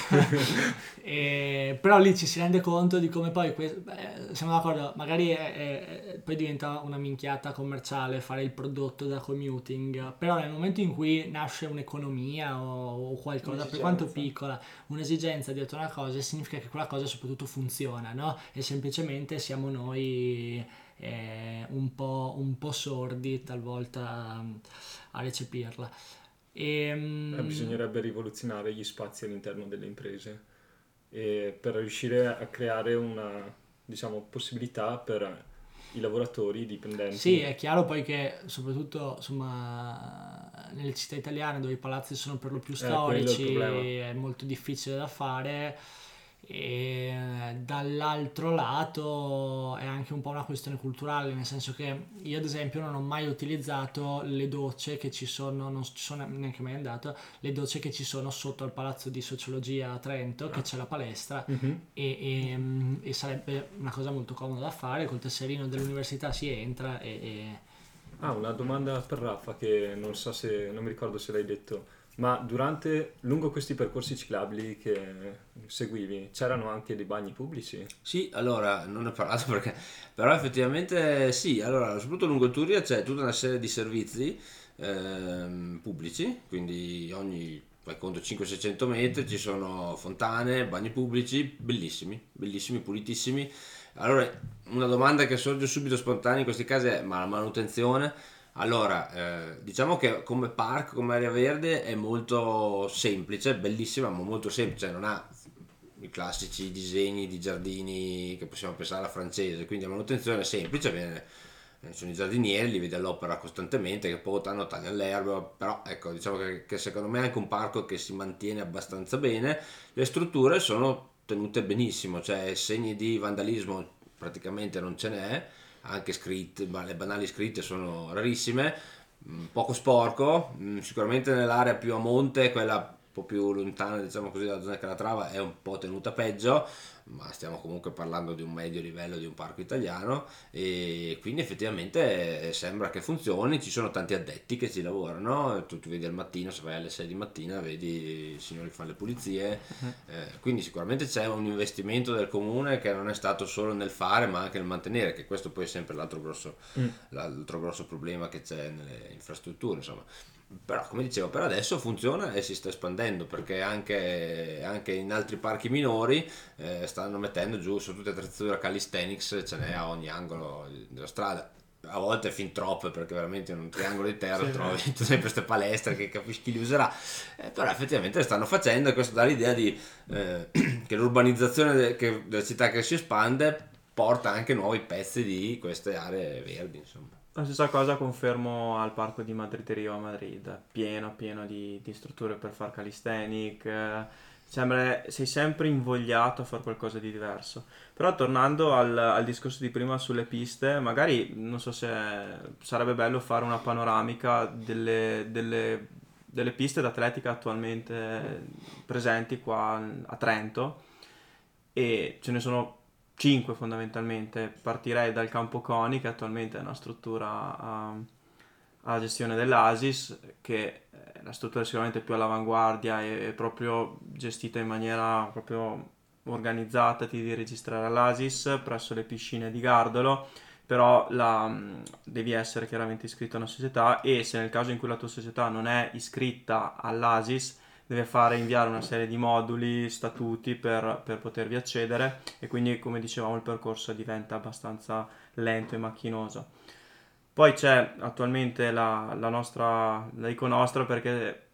E, però lì ci si rende conto di come poi que- beh, siamo d'accordo, magari è- è- è- poi diventa una minchiata commerciale fare il prodotto da commuting, però nel momento in cui nasce un'economia o, o qualcosa, per quanto Un'esigenza. piccola, un'esigenza dietro una cosa, significa che quella cosa soprattutto funziona, no? E semplicemente siamo noi eh, un po', un po' sordi talvolta um, a recepirla. E, Eh, bisognerebbe rivoluzionare gli spazi all'interno delle imprese e per riuscire a creare una, diciamo, possibilità per i lavoratori, i dipendenti. Sì, è chiaro poi che soprattutto insomma nelle città italiane dove i palazzi sono per lo più Eh, quello è il storici problema. è molto difficile da fare E dall'altro lato è anche un po' una questione culturale, nel senso che io ad esempio non ho mai utilizzato le docce che ci sono, non ci sono neanche mai andato, le docce che ci sono sotto al Palazzo di Sociologia a Trento, che c'è la palestra, Mhm. e, e, mm, e sarebbe una cosa molto comoda da fare, col tesserino dell'università si entra e... e... Ah, una domanda per Raffa che non so se, non mi ricordo se l'hai detto, ma durante, lungo questi percorsi ciclabili che seguivi, c'erano anche dei bagni pubblici? Sì, allora non ne ho parlato perché, però effettivamente sì, allora soprattutto lungo il Turia c'è tutta una serie di servizi ehm, pubblici, quindi ogni, fai conto, cinquecento seicento metri ci sono fontane, bagni pubblici, bellissimi, bellissimi, pulitissimi. Allora, una domanda che sorge subito spontanea in questi casi è: ma la manutenzione? Allora, eh, diciamo che come park, come area verde è molto semplice, bellissima, ma molto semplice, non ha i classici disegni di giardini che possiamo pensare alla francese, quindi la manutenzione è semplice, viene, eh, sono i giardinieri, li vedi all'opera costantemente che potano, tagliano l'erba, però ecco, diciamo che, che secondo me è anche un parco che si mantiene abbastanza bene, le strutture sono tenute benissimo, cioè segni di vandalismo praticamente non ce n'è, anche scritte, ma le banali scritte sono rarissime, mh, poco sporco, mh, sicuramente nell'area più a monte, quella un po' più lontana, diciamo così, dalla zona Calatrava è un po' tenuta peggio, ma stiamo comunque parlando di un medio livello di un parco italiano e quindi effettivamente eh, sembra che funzioni, ci sono tanti addetti che ci lavorano, tu, tu vedi al mattino, se vai alle sei di mattina vedi i signori che fanno le pulizie, eh, quindi sicuramente c'è un investimento del comune che non è stato solo nel fare ma anche nel mantenere, che questo poi è sempre l'altro grosso, l'altro grosso problema che c'è nelle infrastrutture, insomma. Però come dicevo, per adesso funziona e si sta espandendo perché anche, anche in altri parchi minori eh, stanno mettendo giù soprattutto attrezzatura calisthenics, ce n'è a ogni angolo della strada, a volte fin troppe perché veramente in un triangolo di terra Sì, trovi sempre queste palestre che capisci chi li userà, eh, però effettivamente le stanno facendo e questo dà l'idea di, eh, che l'urbanizzazione de- che- della città che si espande porta anche nuovi pezzi di queste aree verdi, insomma. La stessa cosa confermo al parco di Madrid a Madrid, pieno, pieno di, di strutture per far calisthenic, eh, sembra, sei sempre invogliato a fare qualcosa di diverso. Però tornando al, al discorso di prima sulle piste, magari non so se sarebbe bello fare una panoramica delle, delle, delle piste d'atletica attualmente presenti qua a Trento, e ce ne sono cinque fondamentalmente. Partirei dal Campo Coni, che attualmente è una struttura a, a gestione dell'Asis, che è la struttura sicuramente più all'avanguardia e è proprio gestita in maniera proprio organizzata, ti devi registrare all'Asis presso le piscine di Gardolo, però la, devi essere chiaramente iscritto a una società, e se nel caso in cui la tua società non è iscritta all'Asis deve fare inviare una serie di moduli, statuti per, per potervi accedere, e quindi come dicevamo il percorso diventa abbastanza lento e macchinoso. Poi c'è attualmente la, la nostra, la Ico Nostra, perché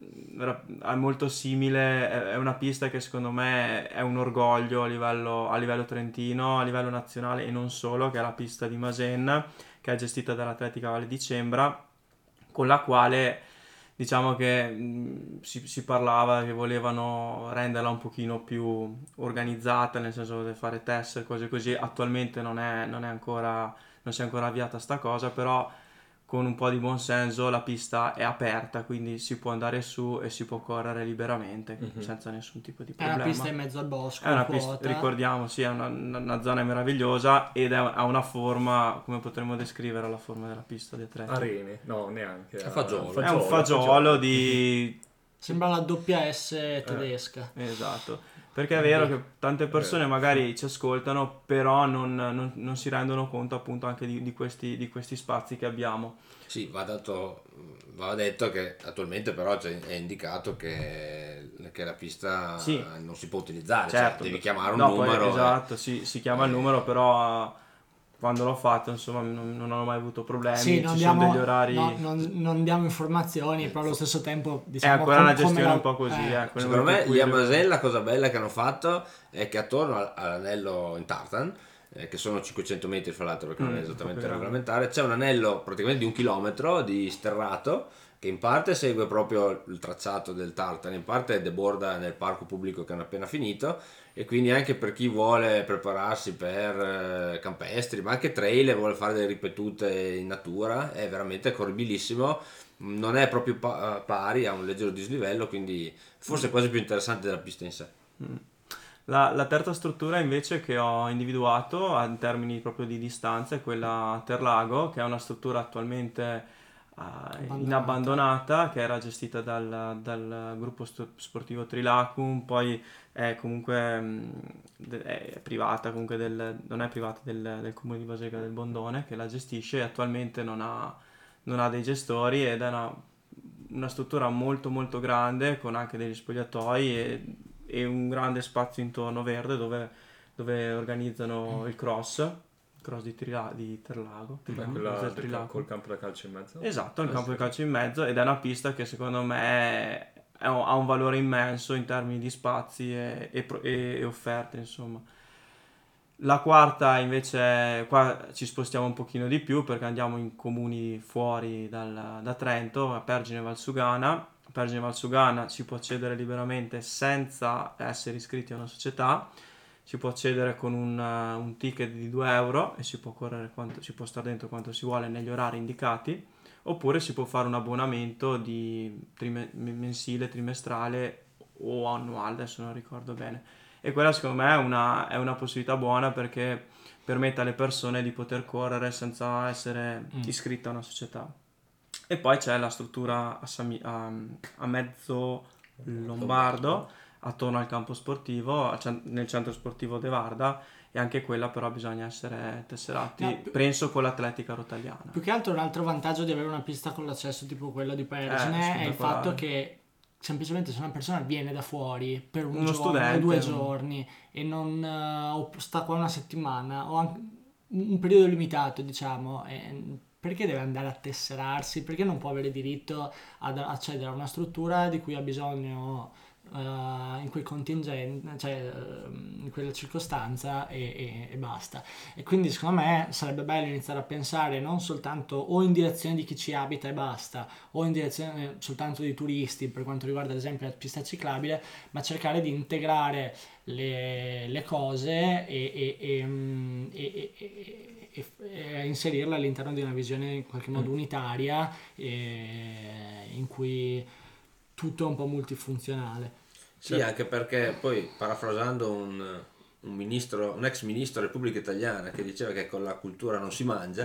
è molto simile, è è una pista che secondo me è un orgoglio a livello, a livello trentino, a livello nazionale e non solo, che è la pista di Masen, che è gestita dall'Atletica Valle di Cembra, con la quale diciamo che mh, si, si parlava che volevano renderla un pochino più organizzata, nel senso di fare test e cose così. Attualmente non è, non è ancora, non si è ancora avviata sta cosa, però con un po' di buonsenso la pista è aperta, quindi si può andare su e si può correre liberamente senza nessun tipo di È una problema. pista in mezzo al bosco, È una pista, quota. ricordiamo, sì, è una, una zona meravigliosa ed è, ha una forma, come potremmo descrivere la forma della pista di atleti? Arene? No, neanche. È fagiolo. È un fagiolo di... Sembra la doppia S tedesca. Esatto, perché è vero che tante persone magari ci ascoltano, però non, non- non si rendono conto appunto anche di, di questi, di questi spazi che abbiamo. Sì, va, dato, va detto che attualmente però c'è- è indicato che, che la pista Sì. non si può utilizzare, Certo, cioè devi chiamare un no, poi, numero. esatto, si, si chiama il eh, numero, però eh, quando l'ho fatto insomma non, non ho mai avuto problemi, Sì, ci non sono diamo, degli orari... no, non, non diamo informazioni, però allo stesso tempo È diciamo ancora com- una come gestione la- un po' così, eh, eh, quel Secondo momento me in cui lì a devo- Basel la cosa bella che hanno fatto è che attorno al- all'anello in tartan, eh, che sono cinquecento metri fra l'altro perché non è Mm, esattamente proprio grande. regolamentare, c'è un anello praticamente di un chilometro di sterrato che in parte segue proprio il tracciato del tartaro, in parte deborda nel parco pubblico che hanno appena finito, e quindi anche per chi vuole prepararsi per campestri, ma anche trail e vuole fare delle ripetute in natura, è veramente corribilissimo, non è proprio pari, ha un leggero dislivello, quindi forse quasi più interessante della pista in sé. La, la terza struttura invece che ho individuato in termini proprio di distanza è quella a Terlago, che è una struttura attualmente uh, Abbandonata. in abbandonata, che era gestita dal, dal gruppo sto- sportivo Trilacum, poi è comunque mh, de- è privata, comunque del, non è privata del, del comune di Baselga del Bondone che la gestisce, e attualmente non ha, non ha dei gestori, ed è una, una struttura molto molto grande con anche degli spogliatoi e e un grande spazio intorno verde dove, dove organizzano il cross, il cross di, Trila- di Terlago. Beh, Trila- quella del del Trilago. col campo da calcio in mezzo. Esatto, il Ah, campo sì. di calcio in mezzo, ed è una pista che secondo me è- è un- ha un valore immenso in termini di spazi e, e pro- e- e offerte, insomma. La quarta invece, qua ci spostiamo un pochino di più perché andiamo in comuni fuori dal- da Trento, a Pergine Valsugana. A Pergine Valsugana si può accedere liberamente senza essere iscritti a una società, si può accedere con un, eh, un ticket di due euro e si può correre quanto, si può stare dentro quanto si vuole negli orari indicati, oppure si può fare un abbonamento di trime- mensile, trimestrale o annuale, adesso non ricordo bene. E quella secondo me è una, è una possibilità buona perché permette alle persone di poter correre senza essere Mm. iscritte a una società. E poi c'è la struttura a, Sami- a- a mezzo lombardo attorno al campo sportivo, al cen- nel centro sportivo De Varda, e anche quella però bisogna essere tesserati, No, più- penso, con l'atletica rotagliana. Più che altro un altro vantaggio di avere una pista con l'accesso tipo quello di Pergine Eh, è il spettacolare. fatto che semplicemente se una persona viene da fuori per un Uno giorno o studente, due un- giorni e non eh, o sta qua una settimana o anche un periodo limitato, diciamo, e perché deve andare a tesserarsi? Perché non può avere diritto ad accedere a una struttura di cui ha bisogno eh, in quel contingente, cioè eh, in quella circostanza e, e- e basta. E quindi secondo me sarebbe bello iniziare a pensare non soltanto o in direzione di chi ci abita e basta, o in direzione soltanto di turisti per quanto riguarda ad esempio la pista ciclabile, ma cercare di integrare le, le cose e, e, e, mm, e- e- e- e inserirle all'interno di una visione in qualche modo unitaria eh, in cui tutto è un po' multifunzionale. Sì, anche perché poi, parafrasando un, un ministro, un ex ministro della Repubblica Italiana che diceva che con la cultura non si mangia,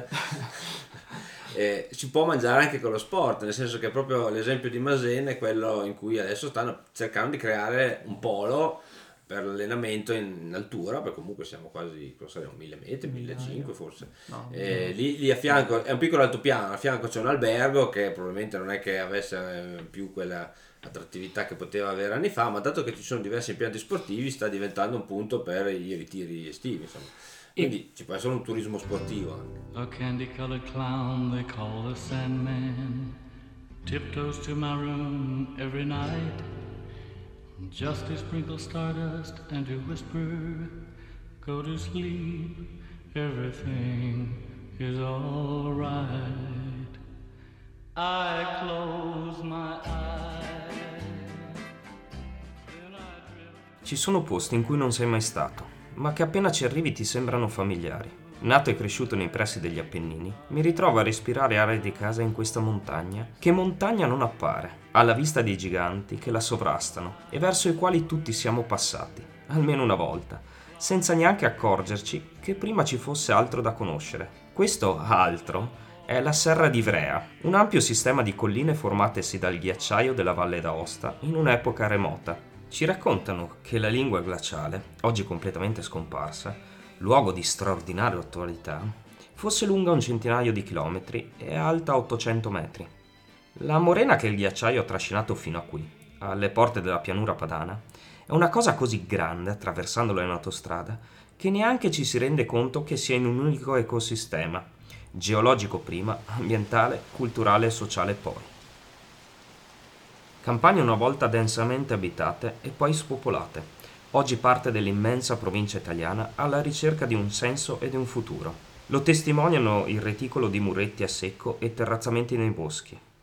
eh, si può mangiare anche con lo sport, nel senso che proprio l'esempio di Masene è quello in cui adesso stanno cercando di creare un polo per l'allenamento in, in altura, perché comunque siamo quasi, cosa saremo, mille metri, millecinquecento forse. No, Eh, lì, lì a fianco, è un piccolo altopiano, a fianco c'è un albergo che probabilmente non è che avesse eh, più quella attrattività che poteva avere anni fa, ma dato che ci sono diversi impianti sportivi sta diventando un punto per i ritiri estivi, insomma. Quindi ci può essere un turismo sportivo anche. A candy-colored clown they call the Sandman tiptoes to my room every night just to sprinkle stardust and to whisper, go to sleep, everything is all right. I close my eyes, then I drift. Ci sono posti in cui non sei mai stato, ma che appena ci arrivi ti sembrano familiari. Nato e cresciuto nei pressi degli Appennini, mi ritrovo a respirare aria di casa in questa montagna, che montagna non appare, alla vista dei giganti che la sovrastano e verso i quali tutti siamo passati, almeno una volta, senza neanche accorgerci che prima ci fosse altro da conoscere. Questo altro è la Serra di Ivrea, un ampio sistema di colline formatesi dal ghiacciaio della Valle d'Aosta in un'epoca remota. Ci raccontano che la lingua glaciale, oggi completamente scomparsa, luogo di straordinaria attualità, fosse lunga un centinaio di chilometri e alta ottocento metri. La morena che il ghiacciaio ha trascinato fino a qui, alle porte della pianura padana, è una cosa così grande, attraversandola in autostrada, che neanche ci si rende conto che sia in un unico ecosistema, geologico prima, ambientale, culturale e sociale poi. Campagne una volta densamente abitate e poi spopolate, oggi parte dell'immensa provincia italiana alla ricerca di un senso e di un futuro. Lo testimoniano il reticolo di muretti a secco e terrazzamenti nei boschi,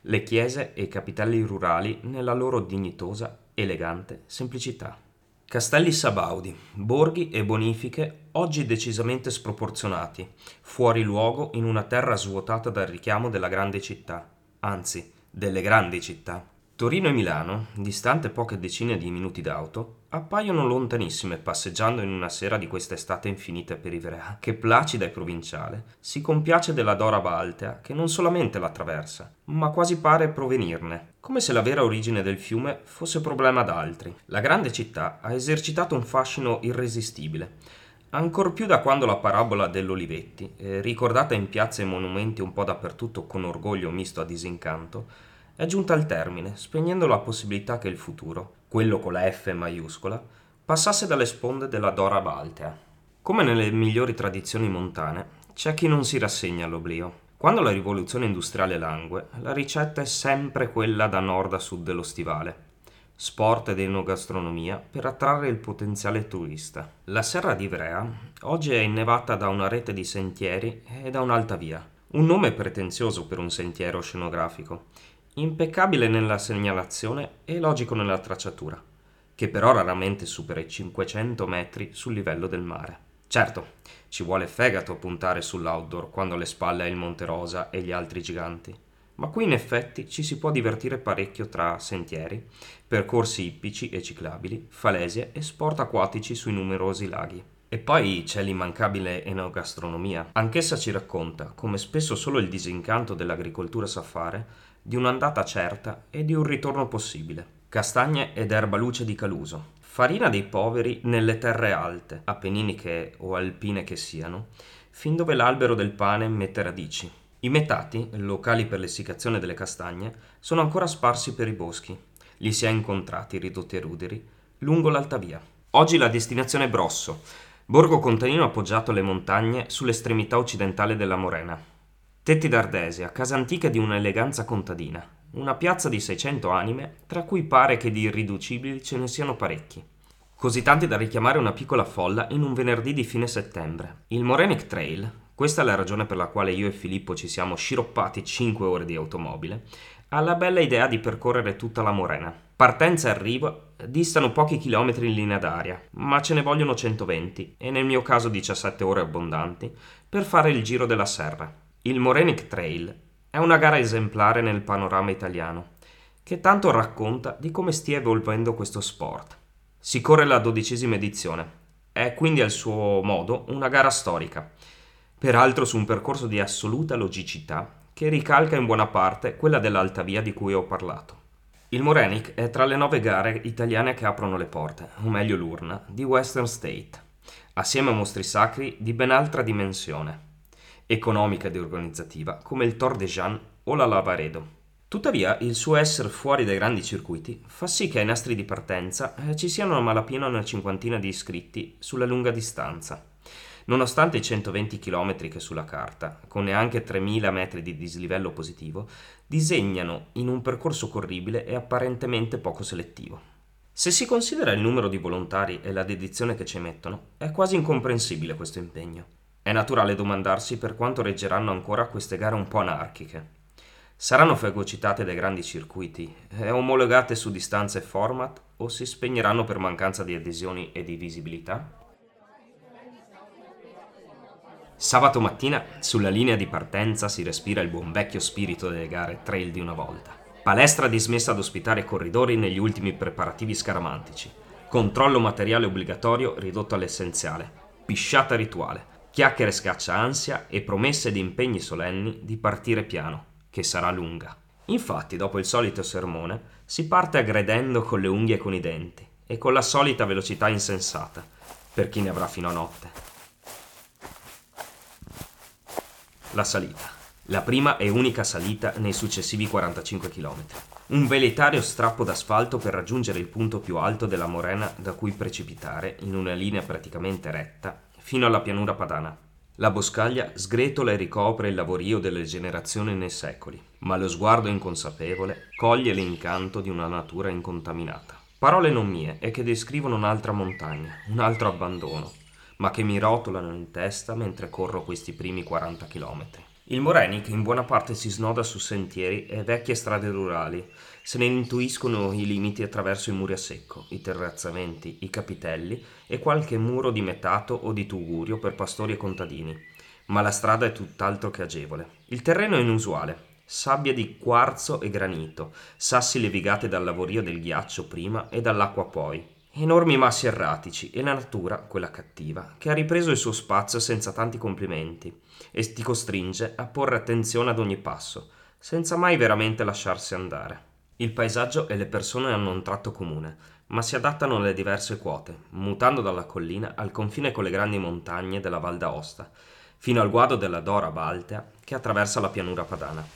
le chiese e i capitelli rurali nella loro dignitosa, elegante semplicità. Castelli sabaudi, borghi e bonifiche oggi decisamente sproporzionati, fuori luogo in una terra svuotata dal richiamo della grande città, anzi, delle grandi città. Torino e Milano, distante poche decine di minuti d'auto, appaiono lontanissime passeggiando in una sera di questa estate infinita per Ivrea, che placida e provinciale si compiace della Dora Baltea che non solamente la attraversa, ma quasi pare provenirne, come se la vera origine del fiume fosse problema d'altri. La grande città ha esercitato un fascino irresistibile, ancor più da quando la parabola dell'Olivetti, eh, ricordata in piazze e monumenti un po' dappertutto con orgoglio misto a disincanto, è giunta al termine, spegnendo la possibilità che il futuro, quello con la F maiuscola, passasse dalle sponde della Dora Baltea. Come nelle migliori tradizioni montane, c'è chi non si rassegna all'oblio. Quando la rivoluzione industriale langue, la ricetta è sempre quella da nord a sud dello stivale. Sport ed enogastronomia per attrarre il potenziale turista. La Serra di Ivrea oggi è innevata da una rete di sentieri e da un'alta via. Un nome pretenzioso per un sentiero scenografico, impeccabile nella segnalazione e logico nella tracciatura, che però raramente supera i cinquecento metri sul livello del mare. Certo, ci vuole fegato a puntare sull'outdoor quando alle spalle hai il Monte Rosa e gli altri giganti, ma qui in effetti ci si può divertire parecchio tra sentieri, percorsi ippici e ciclabili, falesie e sport acquatici sui numerosi laghi. E poi c'è l'immancabile enogastronomia. Anch'essa ci racconta, come spesso solo il disincanto dell'agricoltura sa fare, di un'andata certa e di un ritorno possibile. Castagne ed erba luce di Caluso, farina dei poveri nelle terre alte, appenniniche o alpine che siano, fin dove l'albero del pane mette radici. I metati, locali per l'essiccazione delle castagne, sono ancora sparsi per i boschi. Li si è incontrati, ridotti a ruderi, lungo l'alta via. Oggi la destinazione è Brosso, borgo contadino appoggiato alle montagne sull'estremità occidentale della morena. Tetti d'Ardesia, casa antica di un'eleganza contadina, una piazza di seicento anime, tra cui pare che di irriducibili ce ne siano parecchi. Così tanti da richiamare una piccola folla in un venerdì di fine settembre. Il Morenic Trail, questa è la ragione per la quale io e Filippo ci siamo sciroppati cinque ore di automobile, ha la bella idea di percorrere tutta la morena. Partenza e arrivo distano pochi chilometri in linea d'aria, ma ce ne vogliono centoventi, e nel mio caso diciassette ore abbondanti, per fare il giro della serra. Il Morenic Trail è una gara esemplare nel panorama italiano, che tanto racconta di come stia evolvendo questo sport. Si corre la dodicesima edizione, è quindi al suo modo una gara storica, peraltro su un percorso di assoluta logicità che ricalca in buona parte quella dell'Alta Via di cui ho parlato. Il Morenic è tra le nove gare italiane che aprono le porte, o meglio l'urna, di Western State, assieme a mostri sacri di ben altra dimensione, economica ed organizzativa, come il Tor de Jean o la Lavaredo. Tuttavia, il suo essere fuori dai grandi circuiti fa sì che ai nastri di partenza eh, ci siano a malapena una cinquantina di iscritti sulla lunga distanza. Nonostante i centoventi chilometri che sulla carta, con neanche tremila metri di dislivello positivo, disegnano in un percorso corribile e apparentemente poco selettivo. Se si considera il numero di volontari e la dedizione che ci mettono, è quasi incomprensibile questo impegno. È naturale domandarsi per quanto reggeranno ancora queste gare un po' anarchiche. Saranno fagocitate dai grandi circuiti e omologate su distanze e format, o si spegneranno per mancanza di adesioni e di visibilità? Sabato mattina, sulla linea di partenza, si respira il buon vecchio spirito delle gare trail di una volta. Palestra dismessa ad ospitare corridori negli ultimi preparativi scaramantici. Controllo materiale obbligatorio ridotto all'essenziale. Pisciata rituale. Chiacchiere scaccia ansia e promesse di impegni solenni di partire piano, che sarà lunga. Infatti, dopo il solito sermone, si parte aggredendo con le unghie e con i denti, e con la solita velocità insensata, per chi ne avrà fino a notte. La salita. La prima e unica salita nei successivi quarantacinque chilometri. Un velitario strappo d'asfalto per raggiungere il punto più alto della morena da cui precipitare in una linea praticamente retta fino alla pianura padana. La boscaglia sgretola e ricopre il lavorio delle generazioni nei secoli, ma lo sguardo inconsapevole coglie l'incanto di una natura incontaminata. Parole non mie e che descrivono un'altra montagna, un altro abbandono, ma che mi rotolano in testa mentre corro questi primi quaranta chilometri. Il Morenik in buona parte si snoda su sentieri e vecchie strade rurali. Se ne intuiscono i limiti attraverso i muri a secco, i terrazzamenti, i capitelli e qualche muro di metato o di tugurio per pastori e contadini. Ma la strada è tutt'altro che agevole. Il terreno è inusuale. Sabbie di quarzo e granito, sassi levigate dal lavorio del ghiaccio prima e dall'acqua poi. Enormi massi erratici e la natura, quella cattiva, che ha ripreso il suo spazio senza tanti complimenti e ti costringe a porre attenzione ad ogni passo, senza mai veramente lasciarsi andare. Il paesaggio e le persone hanno un tratto comune, ma si adattano alle diverse quote, mutando dalla collina al confine con le grandi montagne della Val d'Aosta, fino al guado della Dora Baltea che attraversa la pianura padana.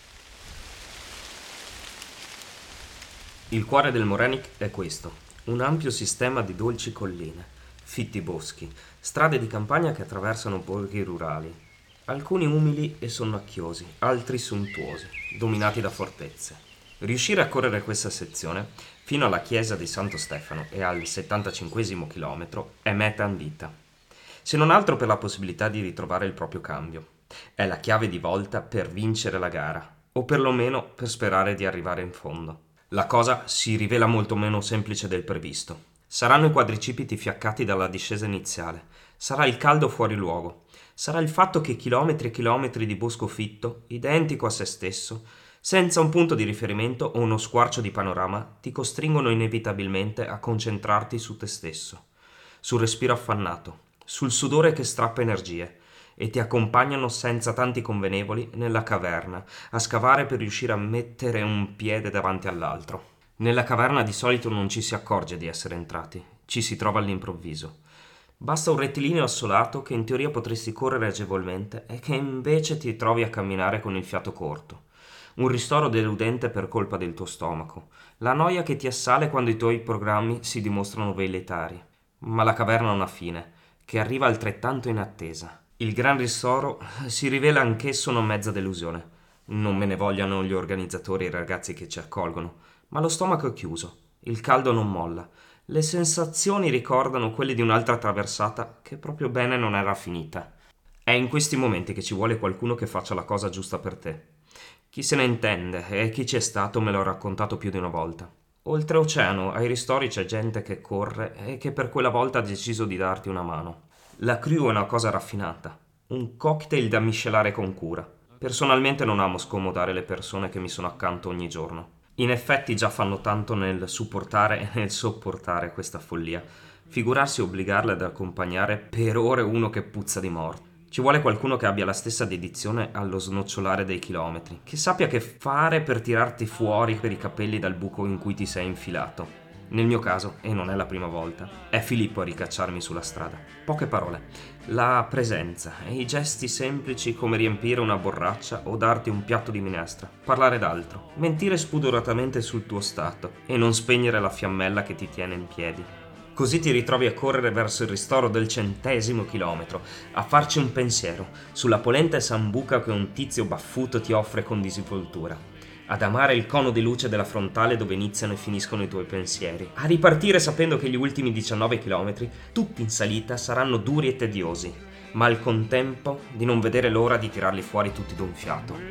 Il cuore del Morenik è questo, un ampio sistema di dolci colline, fitti boschi, strade di campagna che attraversano borghi rurali, alcuni umili e sonnacchiosi, altri sontuosi, dominati da fortezze. Riuscire a correre questa sezione fino alla chiesa di Santo Stefano e al settantacinquesimo chilometro è meta ambita, se non altro per la possibilità di ritrovare il proprio cambio. È la chiave di volta per vincere la gara, o perlomeno per sperare di arrivare in fondo. La cosa si rivela molto meno semplice del previsto. Saranno i quadricipiti fiaccati dalla discesa iniziale, sarà il caldo fuori luogo, sarà il fatto che chilometri e chilometri di bosco fitto, identico a se stesso, senza un punto di riferimento o uno squarcio di panorama, ti costringono inevitabilmente a concentrarti su te stesso, sul respiro affannato, sul sudore che strappa energie, e ti accompagnano senza tanti convenevoli nella caverna, a scavare per riuscire a mettere un piede davanti all'altro. Nella caverna di solito non ci si accorge di essere entrati, ci si trova all'improvviso. Basta un rettilineo assolato che in teoria potresti correre agevolmente e che invece ti trovi a camminare con il fiato corto. Un ristoro deludente per colpa del tuo stomaco, la noia che ti assale quando i tuoi programmi si dimostrano velleitari. Ma la caverna ha una fine, che arriva altrettanto in attesa. Il gran ristoro si rivela anch'esso una mezza delusione. Non me ne vogliano gli organizzatori e i ragazzi che ci accolgono, ma lo stomaco è chiuso, il caldo non molla, le sensazioni ricordano quelle di un'altra traversata che proprio bene non era finita. È in questi momenti che ci vuole qualcuno che faccia la cosa giusta per te. Chi se ne intende e chi c'è stato me l'ha raccontato più di una volta. Oltreoceano ai ristori c'è gente che corre e che per quella volta ha deciso di darti una mano. La crew è una cosa raffinata, un cocktail da miscelare con cura. Personalmente non amo scomodare le persone che mi sono accanto ogni giorno. In effetti già fanno tanto nel supportare e nel sopportare questa follia. Figurarsi obbligarle ad accompagnare per ore uno che puzza di morte. Ci vuole qualcuno che abbia la stessa dedizione allo snocciolare dei chilometri, che sappia che fare per tirarti fuori per i capelli dal buco in cui ti sei infilato. Nel mio caso, e non è la prima volta, è Filippo a ricacciarmi sulla strada. Poche parole, la presenza e i gesti semplici come riempire una borraccia o darti un piatto di minestra, parlare d'altro, mentire spudoratamente sul tuo stato e non spegnere la fiammella che ti tiene in piedi. Così ti ritrovi a correre verso il ristoro del centesimo chilometro, a farci un pensiero sulla polenta sambuca che un tizio baffuto ti offre con disinvoltura, ad amare il cono di luce della frontale dove iniziano e finiscono i tuoi pensieri, a ripartire sapendo che gli ultimi diciannove chilometri, tutti in salita, saranno duri e tediosi, ma al contempo di non vedere l'ora di tirarli fuori tutti d'un fiato.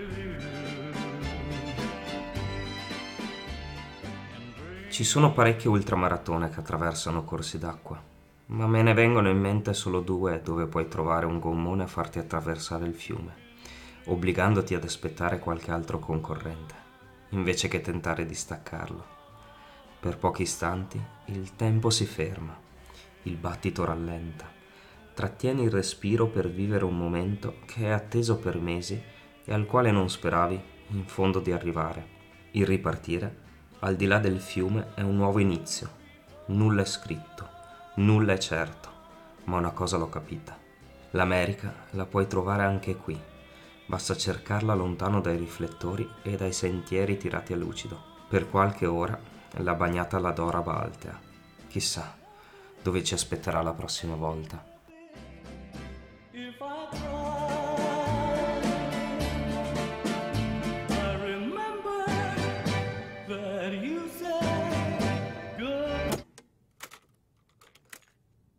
Ci sono parecchie ultramaratone che attraversano corsi d'acqua, ma me ne vengono in mente solo due dove puoi trovare un gommone a farti attraversare il fiume, obbligandoti ad aspettare qualche altro concorrente, invece che tentare di staccarlo. Per pochi istanti il tempo si ferma, il battito rallenta, trattieni il respiro per vivere un momento che è atteso per mesi e al quale non speravi in fondo di arrivare. Il ripartire al di là del fiume è un nuovo inizio. Nulla è scritto, nulla è certo, ma una cosa l'ho capita. L'America la puoi trovare anche qui. Basta cercarla lontano dai riflettori e dai sentieri tirati a lucido. Per qualche ora la bagnata alla Dora Baltea. Chissà dove ci aspetterà la prossima volta.